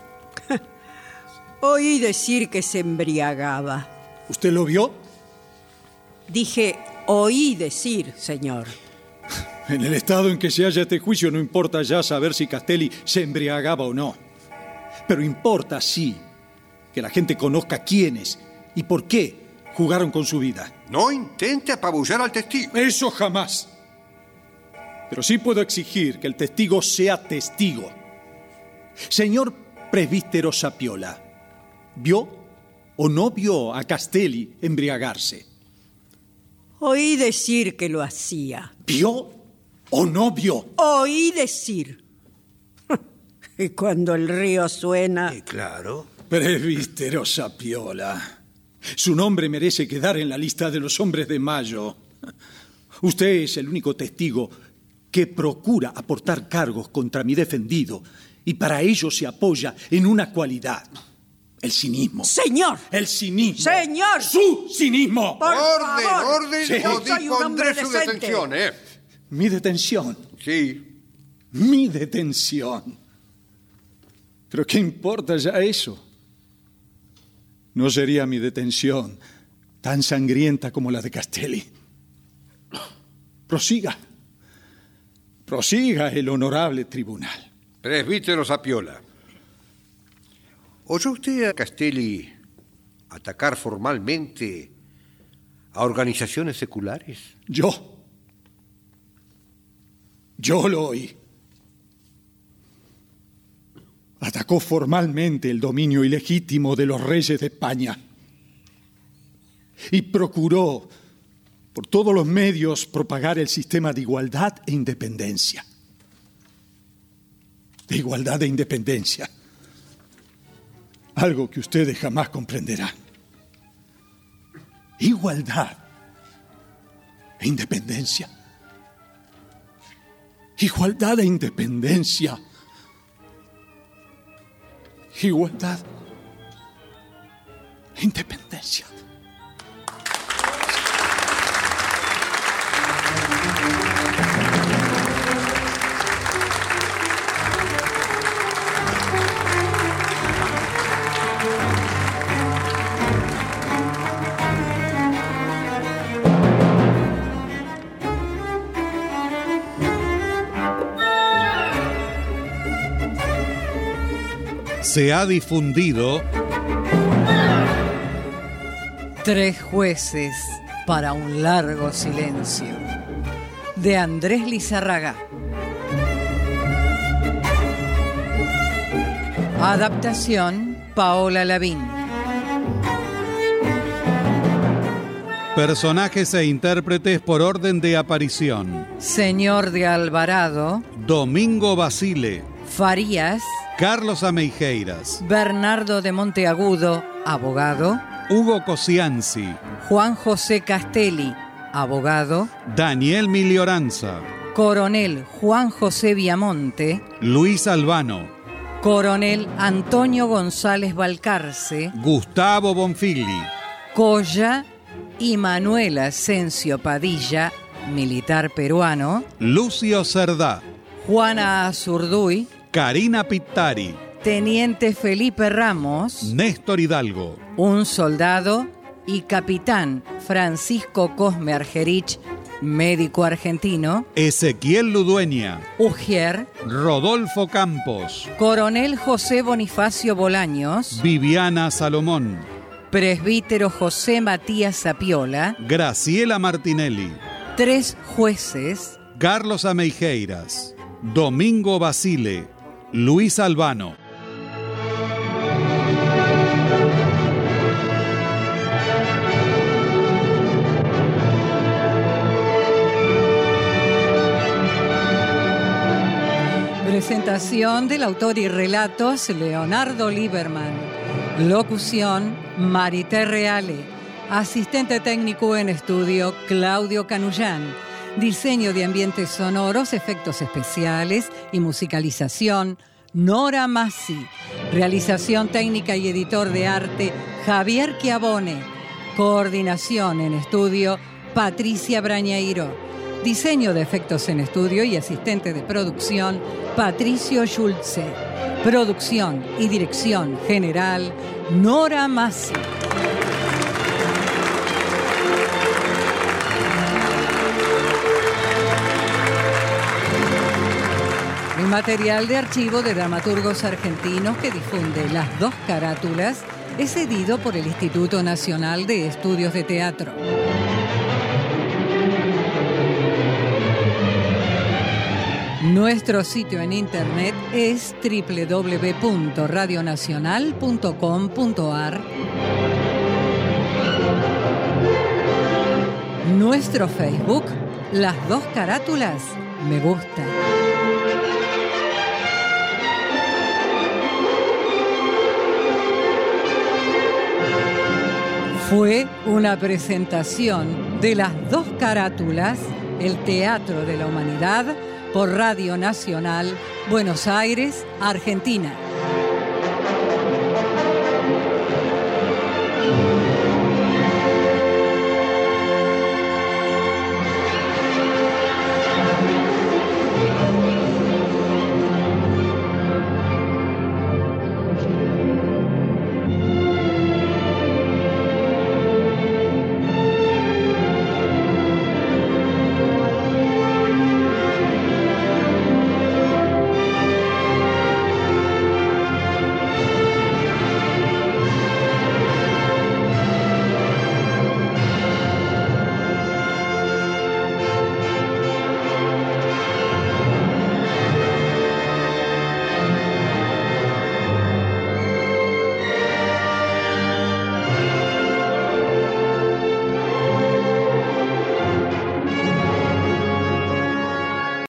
Oí decir que se embriagaba. ¿Usted lo vio? Dije, oí decir, señor. En el estado en que se halla este juicio no importa ya saber si Castelli se embriagaba o no. Pero importa, sí, que la gente conozca quiénes y por qué jugaron con su vida. No intente apabullar al testigo. Eso jamás. Pero sí puedo exigir que el testigo sea testigo. Señor presbítero Sapiola, ¿vio o no vio a Castelli embriagarse? Oí decir que lo hacía. ¿Vio o no vio? Oí decir. Y cuando el río suena... Sí, claro. Presbítero Sapiola, su nombre merece quedar en la lista de los hombres de Mayo. Usted es el único testigo que procura aportar cargos contra mi defendido y para ello se apoya en una cualidad: el cinismo. ¡Señor! El cinismo. ¡Señor! ¡Su cinismo! Por orden, favor. orden, Sí. o Soy un hombre dispondré su decente. detención, ¿eh? Mi detención. Sí. Mi detención. ¿Pero qué importa ya eso? No sería mi detención tan sangrienta como la de Castelli. Prosiga. Prosiga el honorable tribunal. Presbítero Sapiola, ¿oyó usted a Castelli atacar formalmente a organizaciones seculares? Yo. Yo lo oí. Atacó formalmente el dominio ilegítimo de los reyes de España y procuró por todos los medios propagar el sistema de igualdad e independencia. De igualdad e independencia. Algo que ustedes jamás comprenderán. Igualdad e independencia. Igualdad e independencia. igualdad, independencia. Se ha difundido Tres jueces para un largo silencio, de Andrés Lizárraga. Adaptación Paola Lavín. Personajes e intérpretes por orden de aparición: Señor de Alvarado, Domingo Basile, Farías, Carlos Ameijeiras, Bernardo de Monteagudo, abogado, Hugo Cosianzi, Juan José Castelli, abogado, Daniel Milioranza, Coronel Juan José Viamonte, Luis Albano, Coronel Antonio González Balcarce, Gustavo Bonfili, Colla y Manuel Asensio Padilla, militar peruano, Lucio Cerdá, Juana Azurduy, Karina Pittari, Teniente Felipe Ramos, Néstor Hidalgo, un soldado y capitán Francisco Cosme Argerich, médico argentino, Ezequiel Ludueña, Ujier, Rodolfo Campos, Coronel José Bonifacio Bolaños, Viviana Salomón, Presbítero José Matías Sapiola, Graciela Martinelli, tres jueces, Carlos Ameijeiras, Domingo Basile, Luis Albano. Presentación del autor y relatos Leonardo Lieberman. Locución Marité Reale. Asistente técnico en estudio Claudio Canullán. Diseño de ambientes sonoros, efectos especiales y musicalización Nora Massi. Realización técnica y editor de arte Javier Chiavone. Coordinación en estudio Patricia Brañeiro. Diseño de efectos en estudio y asistente de producción Patricio Schulze. Producción y dirección general Nora Massi. El material de archivo de dramaturgos argentinos que difunde Las Dos Carátulas es cedido por el Instituto Nacional de Estudios de Teatro. Nuestro sitio en internet es doble u doble u doble u punto radio nacional punto com punto a r. Nuestro Facebook, Las Dos Carátulas, me gusta. Fue una presentación de Las Dos Carátulas, el Teatro de la Humanidad, por Radio Nacional, Buenos Aires, Argentina.